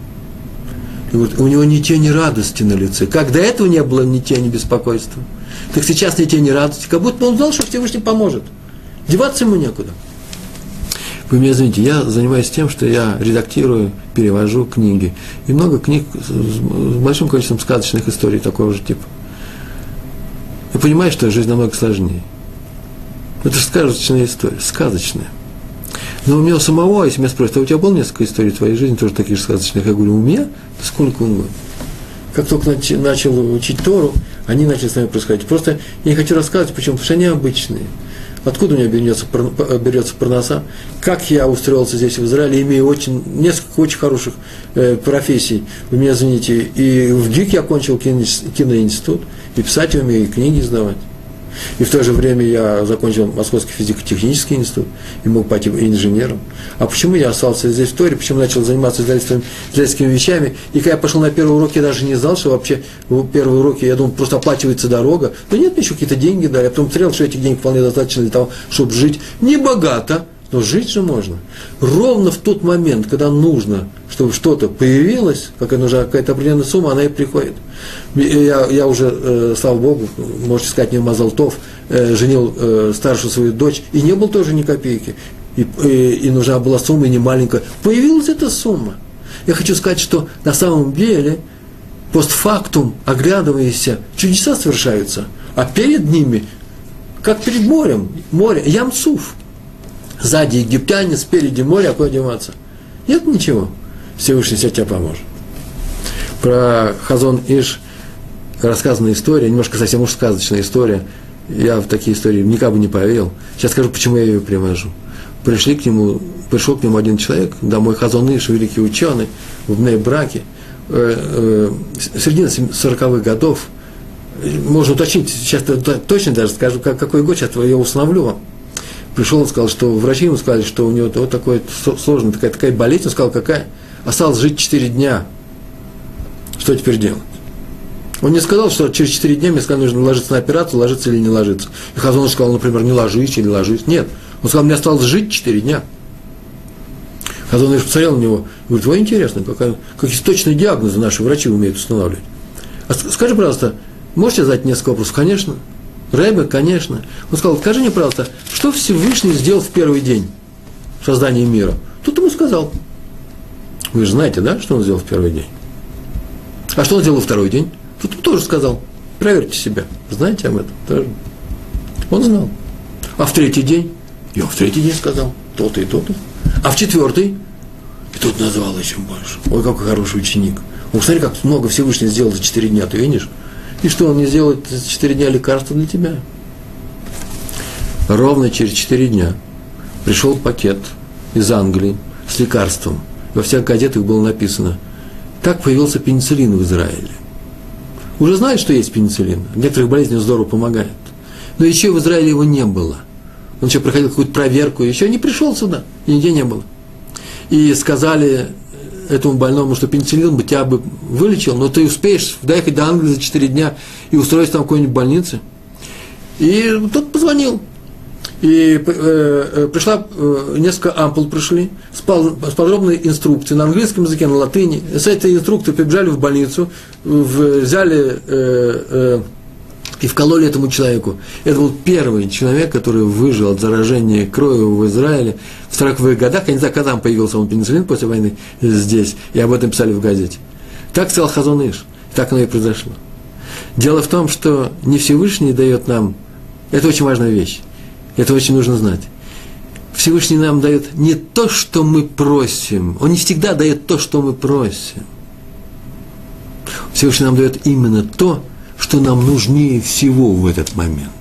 И говорит, у него ни тени радости на лице. Как до этого не было ни тени беспокойства, так сейчас ни тени радости. Как будто он знал, что Всевышний поможет. Деваться ему некуда. Вы меня извините, я занимаюсь тем, что я редактирую, перевожу книги. И много книг с большим количеством сказочных историй такого же типа. Я понимаю, что жизнь намного сложнее. Это же сказочная история, сказочная. Но у меня у самого, если меня спросят: а у тебя было несколько историй в твоей жизни, тоже таких же сказочных? Я говорю: у меня? Да сколько угодно. Как только начал учить Тору, они начали с нами происходить. Просто я не хочу рассказывать, почему, потому что они обычные. Откуда у меня берется, берется парноса? Как я устроился здесь, в Израиле, имея очень, несколько очень хороших э, профессий. Вы меня извините, и в ГИК я окончил кино, киноинститут, и писать умею, и книги издавать. И в то же время я закончил Московский физико-технический институт и мог пойти инженером. А почему я остался здесь в Торе, почему начал заниматься издательскими, издательскими вещами? И когда я пошел на первый урок, я даже не знал, что вообще в первые уроки, я думал, просто оплачивается дорога. Но нет, мне еще какие-то деньги дали. Я потом смотрел, что этих денег вполне достаточно для того, чтобы жить не богато, но жить же можно. Ровно в тот момент, когда нужно, чтобы что-то появилось, какая нужна какая-то определенная сумма, она и приходит. Я, я уже, э, слава Богу, можете сказать, не Мазал Тов, э, женил э, старшую свою дочь, и не было тоже ни копейки. И, и, и нужна была сумма, и не маленькая. Появилась эта сумма. Я хочу сказать, что на самом деле, постфактум, оглядываясь, чудеса совершаются, а перед ними, как перед морем, море, Ям-Суф. Сзади египтяне, спереди море, а куда деваться? Нет ничего. Всевышний все тебе поможет. Про Хазон Иш рассказанная история, немножко совсем уж сказочная история. Я в такие истории никак бы не поверил. Сейчас скажу, почему я ее привожу. Пришли к нему, пришел к нему один человек, домой Хазон Иш, великий ученый, в Бней-Браке, э, э, середина сороковых годов. Можно уточнить, сейчас точно даже скажу, какой год, сейчас я установлю вам. Пришел, он сказал, что врачи ему сказали, что у него вот такое сложная такая, такая болезнь. Он сказал: какая? Осталось жить четыре дня. Что теперь делать? Он не сказал, что через четыре дня мне сказали, нужно ложиться на операцию, ложиться или не ложиться. И Хазон сказал, например: не ложись или ложись. Нет. Он сказал: мне осталось жить четыре дня. Хазон посмотрел на него и говорит: ой, интересно, какая, какие точные диагнозы наши врачи умеют устанавливать. А скажи, пожалуйста, можете задать несколько вопросов? Конечно. Ребе, конечно. Он сказал: скажи мне, пожалуйста, что Всевышний сделал в первый день создания мира? Тут ему сказал. Вы же знаете, да, что он сделал в первый день? А что он сделал во второй день? Тут ему тоже сказал. Проверьте себя. Знаете об этом? Тоже. Он знал. А в третий день? И он в третий день сказал. То-то и то-то. А в четвертый? И тут назвал еще больше. Ой, какой хороший ученик. Он, смотри, как много Всевышний сделал за четыре дня, ты видишь? И что, он не сделает за четыре дня лекарства для тебя? Ровно через четыре дня пришел пакет из Англии с лекарством. Во всех газетах было написано: так появился пенициллин в Израиле. Уже знают, что есть пенициллин. Некоторых болезней здорово помогает. Но еще в Израиле его не было. Он еще проходил какую-то проверку, еще не пришел сюда, и нигде не было. И сказали этому больному, что пенициллин бы тебя бы вылечил, но ты успеешь доехать до Англии за четыре дня и устроиться там в какой-нибудь больнице. И тот позвонил. И э, пришла, э, несколько ампул пришли, с, пол, с подробной инструкцией на английском языке, на латыни. С этой инструкцией побежали в больницу, в, взяли э, э, и вкололи этому человеку. Это был первый человек, который выжил от заражения кровью в Израиле в сороковых годах. Я не знаю, когда там появился он пенициллин после войны здесь, и об этом писали в газете. Так сказал Хазон Иш, так оно и произошло. Дело в том, что не Всевышний дает нам, это очень важная вещь, это очень нужно знать. Всевышний нам дает не то, что мы просим, он не всегда дает то, что мы просим. Всевышний нам дает именно то, что нам нужнее всего в этот момент.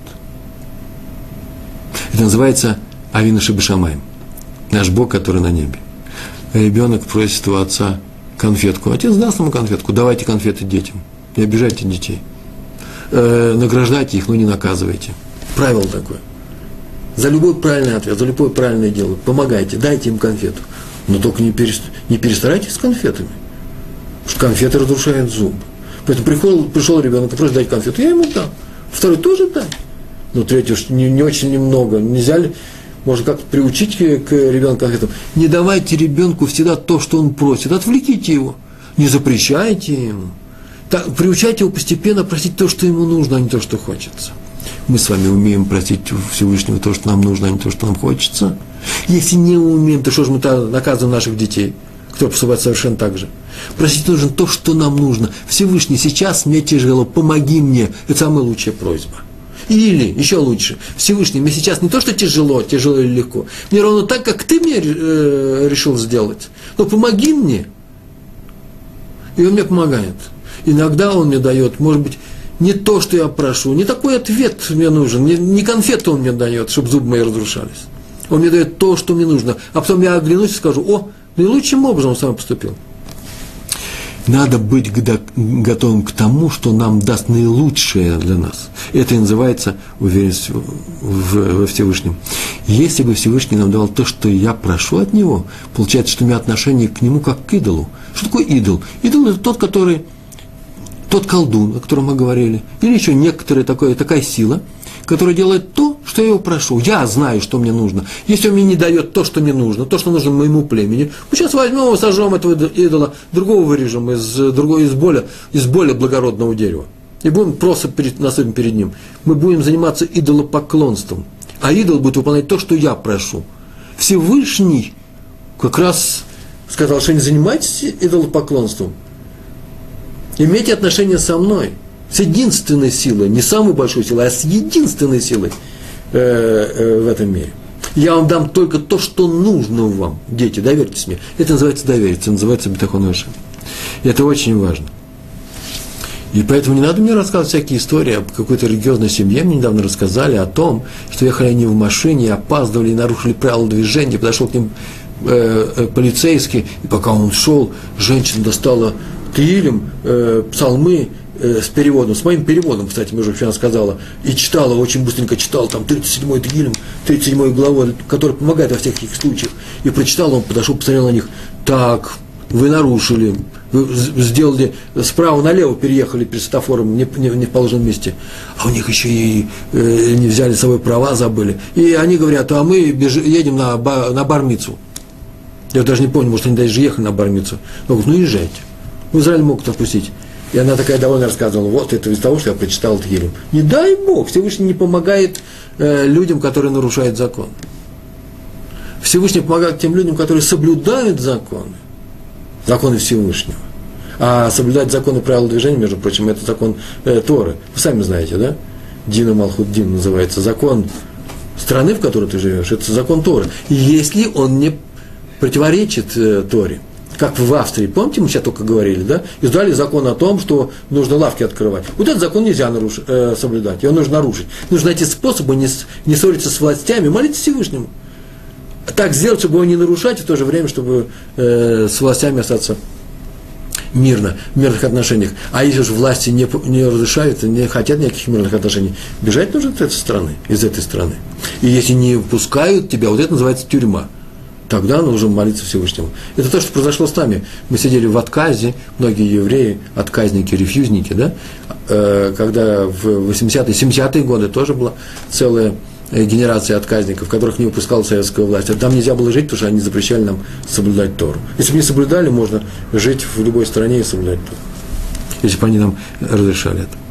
Это называется Авину Шебешамаим, наш Бог, который на небе. Ребенок просит у отца конфетку. Отец даст ему конфетку. Давайте конфеты детям. Не обижайте детей. Э, награждайте их, но не наказывайте. Правило такое. За любой правильный ответ, за любое правильное дело помогайте, дайте им конфету. Но только не, перест... не перестарайтесь с конфетами. Потому что конфеты разрушают зубы. Поэтому пришел, пришел ребенок и просит дать конфету, я ему дам. Второй тоже дай. Но третий уж не, не очень немного. Нельзя ли, можно как-то приучить к ребенку конфетам. Не давайте ребенку всегда то, что он просит. Отвлеките его. Не запрещайте ему. Так, приучайте его постепенно просить то, что ему нужно, а не то, что хочется. Мы с вами умеем просить у Всевышнего то, что нам нужно, а не то, что нам хочется. Если не умеем, то что же мы наказываем наших детей, которые поступают совершенно так же? Просить нужно то, что нам нужно. Всевышний, сейчас мне тяжело, помоги мне. Это самая лучшая просьба. Или, еще лучше, Всевышний, мне сейчас не то, что тяжело, тяжело или легко, мне ровно так, как ты мне э, решил сделать. Но помоги мне. И он мне помогает. Иногда он мне дает, может быть, не то, что я прошу, не такой ответ мне нужен, не, не конфету он мне дает, чтобы зубы мои разрушались. Он мне дает то, что мне нужно. А потом я оглянусь и скажу, о, наилучшим образом он сам поступил. Надо быть готовым к тому, что нам даст наилучшее для нас. Это и называется уверенность во Всевышнем. Если бы Всевышний нам давал то, что я прошу от него, получается, что у меня отношение к нему как к идолу. Что такое идол? Идол – это тот, который, тот колдун, о котором мы говорили, или еще некоторая такая, такая сила, которая делает то, что я его прошу. Я знаю, что мне нужно. Если он мне не дает то, что мне нужно, то, что нужно моему племени, мы сейчас возьмем и сожжем этого идола, другого вырежем из, другого, из, более, из более благородного дерева. И будем просто перед, насыпем перед ним. Мы будем заниматься идолопоклонством. А идол будет выполнять то, что я прошу. Всевышний как раз сказал, что не занимайтесь идолопоклонством. Имейте отношения со мной. С единственной силой, не самой большой силой, а с единственной силой э, э, в этом мире. Я вам дам только то, что нужно вам. Дети, доверьтесь мне. Это называется довериться, это называется битахон вешем. И это очень важно. И поэтому не надо мне рассказывать всякие истории об какой-то религиозной семье. Мне недавно рассказали о том, что ехали они в машине, опаздывали, нарушили правила движения, подошел к ним э, э, полицейский, и пока он шел, женщина достала Теилим, э, псалмы, с переводом, с моим переводом, кстати, мне уже вчера сказала, и читала, очень быстренько читала, там, тридцать седьмой Тегилем, тридцать седьмой главой, который помогает во всех этих случаях. И прочитал, он подошел, посмотрел на них, так, вы нарушили, вы сделали, справа налево переехали перед светофором, не, не, не в положенном месте, а у них еще и э, не взяли с собой права, забыли. И они говорят, а мы беж, едем на, на Бар-Мицву. Я даже не помню, может, они даже ехали на Бар-Мицву. Я говорю, ну, езжайте. В Израиле могут отпустить. И она такая довольно рассказывала, вот это из того, что я прочитал Тегилим. Не дай Бог, Всевышний не помогает э, людям, которые нарушают закон. Всевышний помогает тем людям, которые соблюдают законы, законы Всевышнего. А соблюдать законы правил движения, между прочим, это закон э, Торы. Вы сами знаете, да? Дин Малхут Дин называется. Закон страны, в которой ты живешь, это закон Торы. И если он не противоречит э, Торе, как в Австрии, помните, мы сейчас только говорили, да, издали закон о том, что нужно лавки открывать. Вот этот закон нельзя наруш, э, соблюдать, его нужно нарушить. Нужно найти способы не, не ссориться с властями, молиться Всевышнему. Так сделать, чтобы его не нарушать, и в то же время, чтобы э, с властями остаться мирно, в мирных отношениях. А если же власти не, не разрешают, не хотят никаких мирных отношений, бежать нужно из этой страны, из этой страны. И если не пускают тебя, вот это называется тюрьма. Тогда нужно молиться Всевышнему. Это то, что произошло с нами. Мы сидели в отказе, многие евреи, отказники, рефьюзники, да, когда в восьмидесятые, семидесятые годы тоже была целая генерация отказников, которых не выпускала советская власть. А там нельзя было жить, потому что они запрещали нам соблюдать Тору. Если бы не соблюдали, можно жить в любой стране и соблюдать Тору. Если бы они нам разрешали это.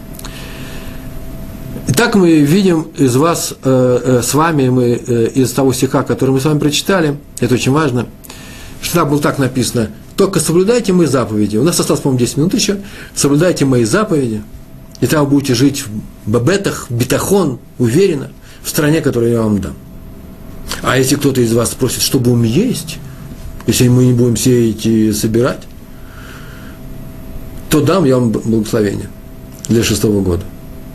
Итак, мы видим из вас, э, э, с вами, мы, э, из того стиха, который мы с вами прочитали, это очень важно, что там было так написано: только соблюдайте мои заповеди. У нас осталось, по-моему, десять минут еще. Соблюдайте мои заповеди, и там вы будете жить в бабетах, битахон, уверенно, в стране, которую я вам дам. А если кто-то из вас спросит, что будем есть, если мы не будем сеять и собирать, то дам я вам благословение для шестого года.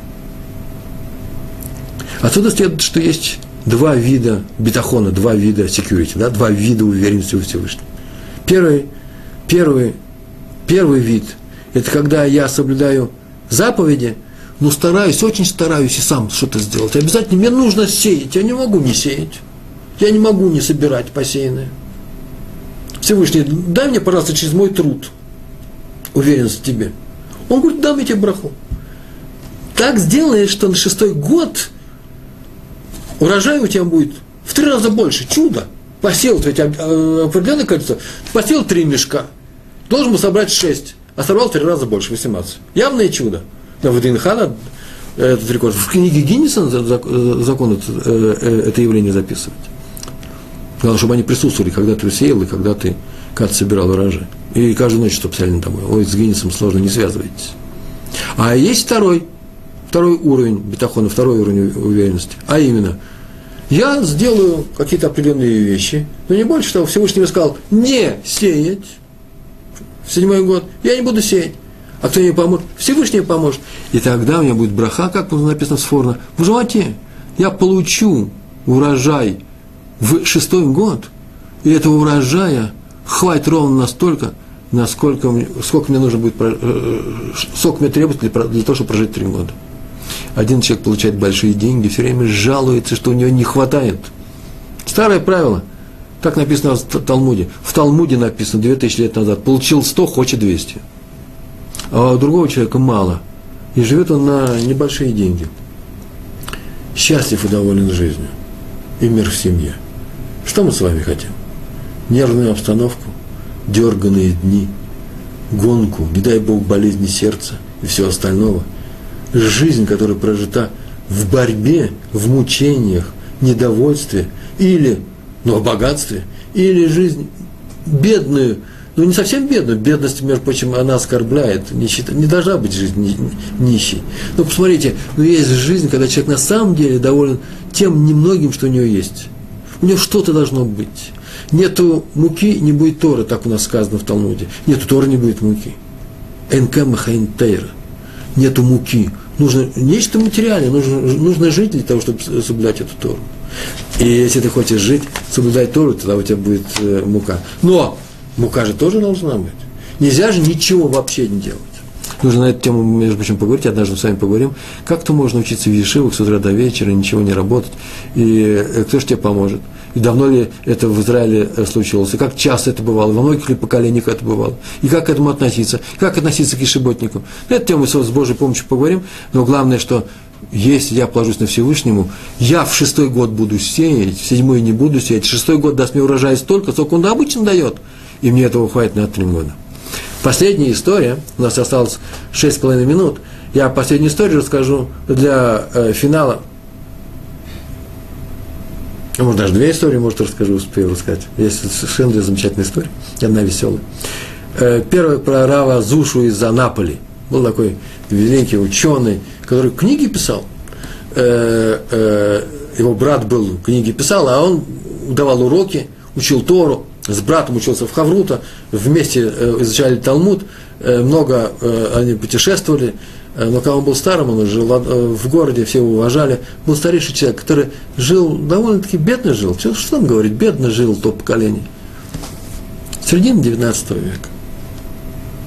Отсюда следует, что есть два вида битахона, два вида security, да, два вида уверенности во Всевышнем. Первый, первый, первый вид – это когда я соблюдаю заповеди, но стараюсь, очень стараюсь и сам что-то сделать. Обязательно мне нужно сеять, я не могу не сеять, я не могу не собирать посеянное. Всевышний, дай мне, пожалуйста, через мой труд уверенность в тебе. Он говорит, дам я тебе браху. Так сделаешь, что на шестой год урожай у тебя будет в три раза больше. Чудо. Посеял ведь определенное количество. Посеял три мешка. Должен был собрать шесть. А собрал в три раза больше, восемнадцать. Явное чудо. Да, в Динхана этот рекорд. В книге Гиннеса закон это явление записывать. Главное, чтобы они присутствовали, когда ты сеял и когда ты, когда ты собирал урожай. И каждую ночь, чтобы писали на тобой. Ой, с Гиннесом сложно, не связывайтесь. А есть второй. Второй уровень битахона, второй уровень уверенности. А именно, я сделаю какие-то определенные вещи, но не больше того. Всевышний мне сказал, не сеять в седьмой год, я не буду сеять. А кто мне поможет? Всевышний поможет. И тогда у меня будет браха, как написано в Сфорно, в животе. Я получу урожай в шестой год, и этого урожая хватит ровно настолько, насколько, сколько мне нужно будет, сколько мне требуется для, для того, чтобы прожить три года. Один человек получает большие деньги, все время жалуется, что у него не хватает. Старое правило. Так написано в Талмуде. В Талмуде написано две тысячи лет назад. Получил сто, хочет двести. А у другого человека мало. И живет он на небольшие деньги. Счастлив и доволен жизнью. И мир в семье. Что мы с вами хотим? Нервную обстановку, дерганые дни, гонку, не дай Бог, болезни сердца и всего остального. Жизнь, которая прожита в борьбе, в мучениях, недовольстве или, ну, о богатстве, или жизнь бедную, ну, не совсем бедную, бедность, между прочим, она оскорбляет, нищета, не должна быть жизнь нищей. Но посмотрите, ну, есть жизнь, когда человек на самом деле доволен тем немногим, что у него есть. У него что-то должно быть. Нету муки, не будет Торы, так у нас сказано в Талмуде. Нету Торы, не будет муки. Энкам махаин тейра. Нету муки. Нужно нечто материальное, нужно, нужно жить для того, чтобы соблюдать эту Тору. И если ты хочешь жить, соблюдать Тору, тогда у тебя будет э, мука. Но мука же тоже должна быть. Нельзя же ничего вообще не делать. Нужно на эту тему, между прочим, поговорить, однажды мы с вами поговорим. Как-то можно учиться в ешивах с утра до вечера, ничего не работать, и кто же тебе поможет? И давно ли это в Израиле случилось? И как часто это бывало? Во многих ли поколениях это бывало? И как к этому относиться? Как относиться к ешеботнику? На эту тему мы с Божьей помощью поговорим, но главное, что если я положусь на Всевышнему, я в шестой год буду сеять, в седьмой не буду сеять, в шестой год даст мне урожай столько, сколько он обычно дает, и мне этого хватит на три года. Последняя история, у нас осталось шесть с половиной минут, я последнюю историю расскажу для э, финала. Может, даже две истории, может, расскажу, успею рассказать. Есть совершенно две замечательные истории, одна веселая. Э, первая про Рава Зушу из Анаполи. Был такой великий ученый, который книги писал. Э, э, его брат был, книги писал, а он давал уроки, учил Тору. С братом учился в Хаврута, вместе изучали Талмуд, много они путешествовали, но когда он был старым, он жил в городе, все его уважали, был старейший человек, который жил, довольно-таки бедно жил, что, что там говорить, бедно жил то поколение, середина девятнадцатого века.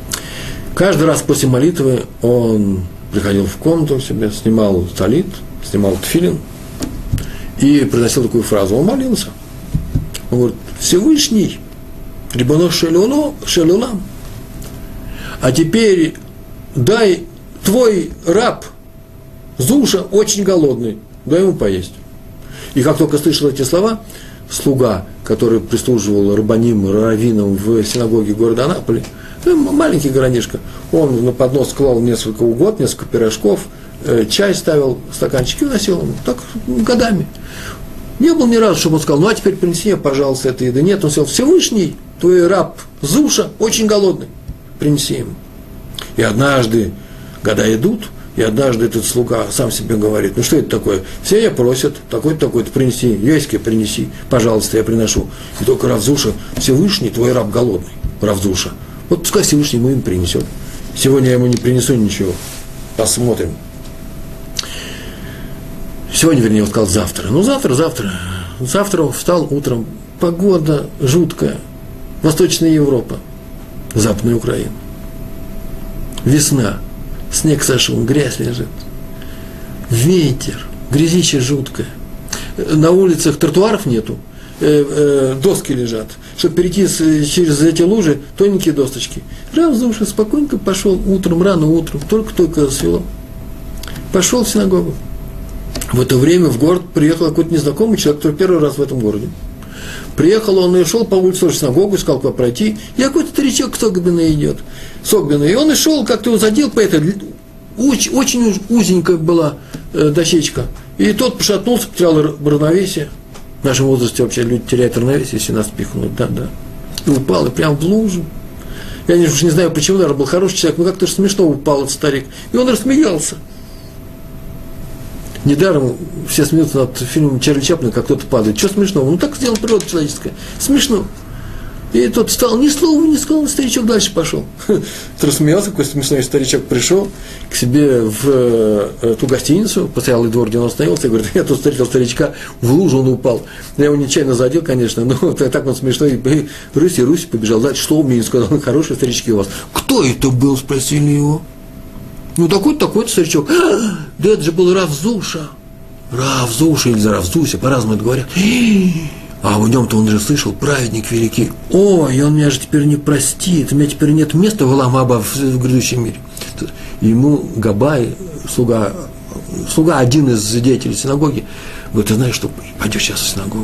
Каждый раз после молитвы он приходил в комнату себе, снимал талит, снимал тфилин и произносил такую фразу. Он молился. Он говорит: Всевышний, Рибоно шелулам, а теперь дай твой раб Зуша очень голодный, дай ему поесть. И как только слышал эти слова, слуга, который прислуживал рабаним, раввинам в синагоге города Анаполи, маленький городишко, он на поднос клал несколько угод, несколько пирожков, чай ставил, стаканчики уносил ему, так годами. Не было ни разу, чтобы он сказал: ну а теперь принеси мне, пожалуйста, этой еды. Нет, он сказал: Всевышний, твой раб Зуша очень голодный, принеси ему. И однажды года идут, и однажды этот слуга сам себе говорит: ну что это такое? Все меня просят, такой-то, такой-то принеси, Йоське принеси, пожалуйста, я приношу. И только Рав Зуша: Всевышний, твой раб голодный, Рав Зуша. Вот пускай Всевышний ему им принесет. Сегодня я ему не принесу ничего. Посмотрим. Сегодня, вернее, он сказал завтра. Ну, завтра, завтра. Завтра он встал утром. Погода жуткая. Восточная Европа. Западная Украина. Весна. Снег сошел, грязь лежит. Ветер. Грязище жуткое. На улицах тротуаров нету. Доски лежат. Чтобы перейти через эти лужи, тоненькие досточки. Рав Зуша спокойненько пошел утром, рано утром, только-только рассвело. Пошел в синагогу. В это время в город приехал какой-то незнакомый человек, который первый раз в этом городе. Приехал он и шел по улице в синагогу, искал, куда пройти. И какой-то старичок Согбина идет. Согбина. И он и шел, как-то его задел по этой... Очень, очень узенькая была э, дощечка. И тот пошатнулся, потерял равновесие. В нашем возрасте вообще люди теряют равновесие, если нас пихнут. Да, да. И упал, и прям в лужу. Я не, не знаю, почему, наверное, был хороший человек, но как-то смешно упал этот старик. И он рассмеялся. Недаром все смеются над фильмом Чарли Чаплина, как кто-то падает. Что смешного? Ну, так сделала природа человеческая. Смешно. И тот встал, ни слова не сказал, старичок дальше пошел. Рассмеялся, какой смешной старичок пришел к себе в э, ту гостиницу, постоялый двор, где он остановился, и говорит: я тут встретил старичка, в лужу он упал. Я его нечаянно задел, конечно, но так он смешной. И Русь и Русь побежал. Дальше, что мне сказал: хорошие старички у вас. Кто это был, спросили его. Ну, такой-то, такой-то старичок. А, да это же был Рав Зуша. Рав Зуша или Рав Зуся, по-разному это говорят. А в нем-то он же слышал: праведник великий. Ой, он меня же теперь не простит, у меня теперь нет места в Олам Аба в грядущем мире. Ему Габай, слуга, слуга, один из деятелей синагоги, говорит: ты знаешь, что пойдешь сейчас в синагогу?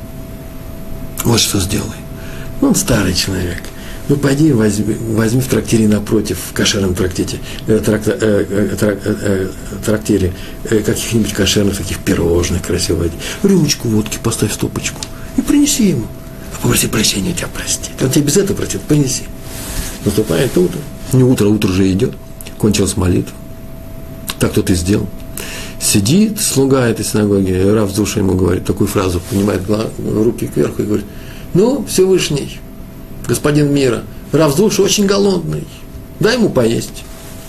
Вот что сделай. Он старый человек. Ну, пойди, возьми, возьми в трактире напротив, в кошерном трактире, э, тракта, э, трак, э, трактире э, каких-нибудь кошерных таких пирожных красивых, рюмочку водки поставь, стопочку, и принеси ему. А попроси прощения, тебя простит. Он тебе без этого простит, принеси. Наступает утро. Не утро, утро уже идет. Кончилась молитва. Так кто-то и сделал. Сидит слуга этой синагоги, Рав Зуша ему говорит такую фразу, поднимает руки кверху и говорит: ну, Всевышний, господин мира, Рав Зуша очень голодный, дай ему поесть.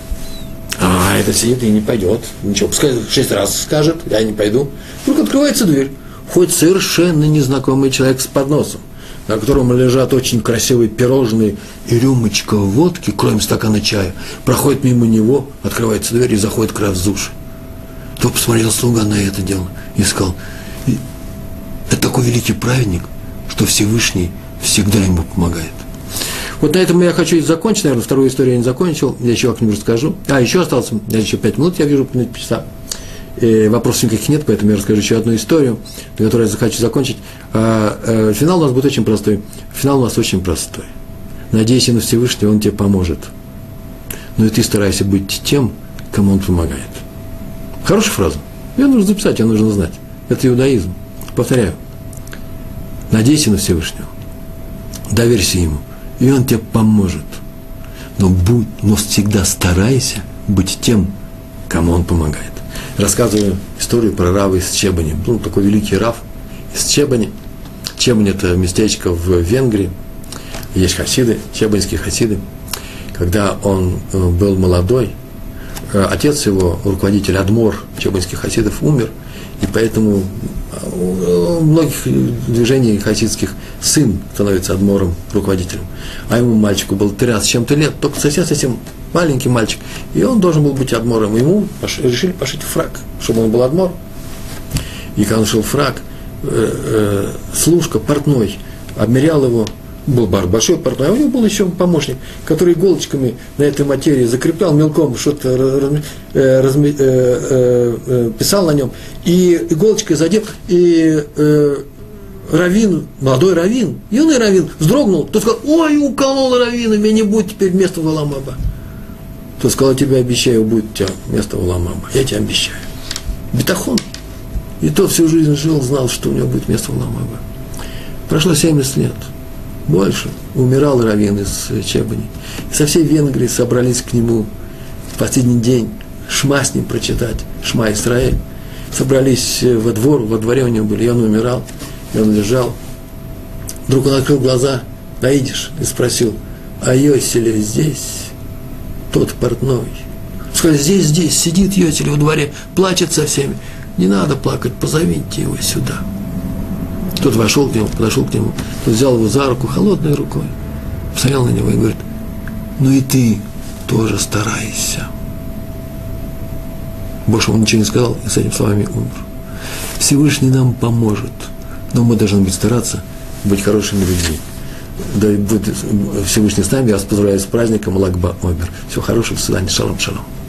А это сидит и не пойдет. Ничего, пускай шесть раз скажет, я не пойду. Вдруг открывается дверь. Входит совершенно незнакомый человек с подносом, на котором лежат очень красивые пирожные и рюмочка водки, кроме стакана чая. Проходит мимо него, открывается дверь и заходит к Рав Зуше. То посмотрел слуга на это дело и сказал: это такой великий праведник, что Всевышний всегда ему помогает. Вот на этом я хочу и закончить, наверное, вторую историю я не закончил, я еще как-нибудь расскажу. А, еще осталось, я еще пять минут, я вижу, часа. И вопросов никаких нет, поэтому я расскажу еще одну историю, на которой я хочу закончить. А, а, финал у нас будет очень простой. Финал у нас очень простой. Надейся на Всевышнего, он тебе поможет. Но и ты старайся быть тем, кому он помогает. Хорошая фраза. Ее нужно записать, ее нужно знать. Это иудаизм. Повторяю. Надейся на Всевышнего. Доверься ему. И он тебе поможет. Но, будь, но всегда старайся быть тем, кому он помогает. Рассказываю историю про Рава из Чебани. Ну, такой великий Рав из Чебани. Чебань – это местечко в Венгрии. Есть хасиды, чебаньские хасиды. Когда он был молодой, отец его, руководитель Адмор чебаньских хасидов, умер. И поэтому у многих движений хасидских сын становится адмором, руководителем. А ему, мальчику, было тридцать с чем-то лет, только совсем-совсем маленький мальчик. И он должен был быть адмором. Ему пош... решили пошить фрак, чтобы он был адмор. И когда он шил фрак, э, э, служка, портной, обмерял его, был большой портной, а у него был еще помощник, который иголочками на этой материи закреплял мелком, что-то разми, э, разми, э, э, э, писал на нем, и иголочкой задел, и э, раввин, молодой раввин, юный раввин, вздрогнул, тот сказал: ой, уколол раввина, меня не будет теперь места в Олам Аба. Тот сказал: я тебе обещаю, будет у тебя место в Олам Аба, я тебе обещаю. Битахон. И тот всю жизнь жил, знал, что у него будет место в Олам Аба. Прошло семьдесят лет. Больше. Умирал раввин из Чебани. И со всей Венгрии собрались к нему в последний день Шма с ним прочитать, Шма Исраэль. Собрались во двор, во дворе у него были, и он умирал, и он лежал. Вдруг он открыл глаза на идиш и спросил: а Йосель здесь? Тот портной. Сказали: здесь, здесь, сидит Йосель во дворе, плачет со всеми. Не надо плакать, позовите его сюда. Тот вошел к нему, подошел к нему, тот взял его за руку холодной рукой, посмотрел на него и говорит: ну и ты тоже старайся. Больше он ничего не сказал и с этими словами умер. Всевышний нам поможет, но мы должны быть стараться быть хорошими людьми. Да будет Всевышний с нами. Я вас поздравляю с праздником Lag BaOmer. Всего хорошего, до свидания, шалом, шалом.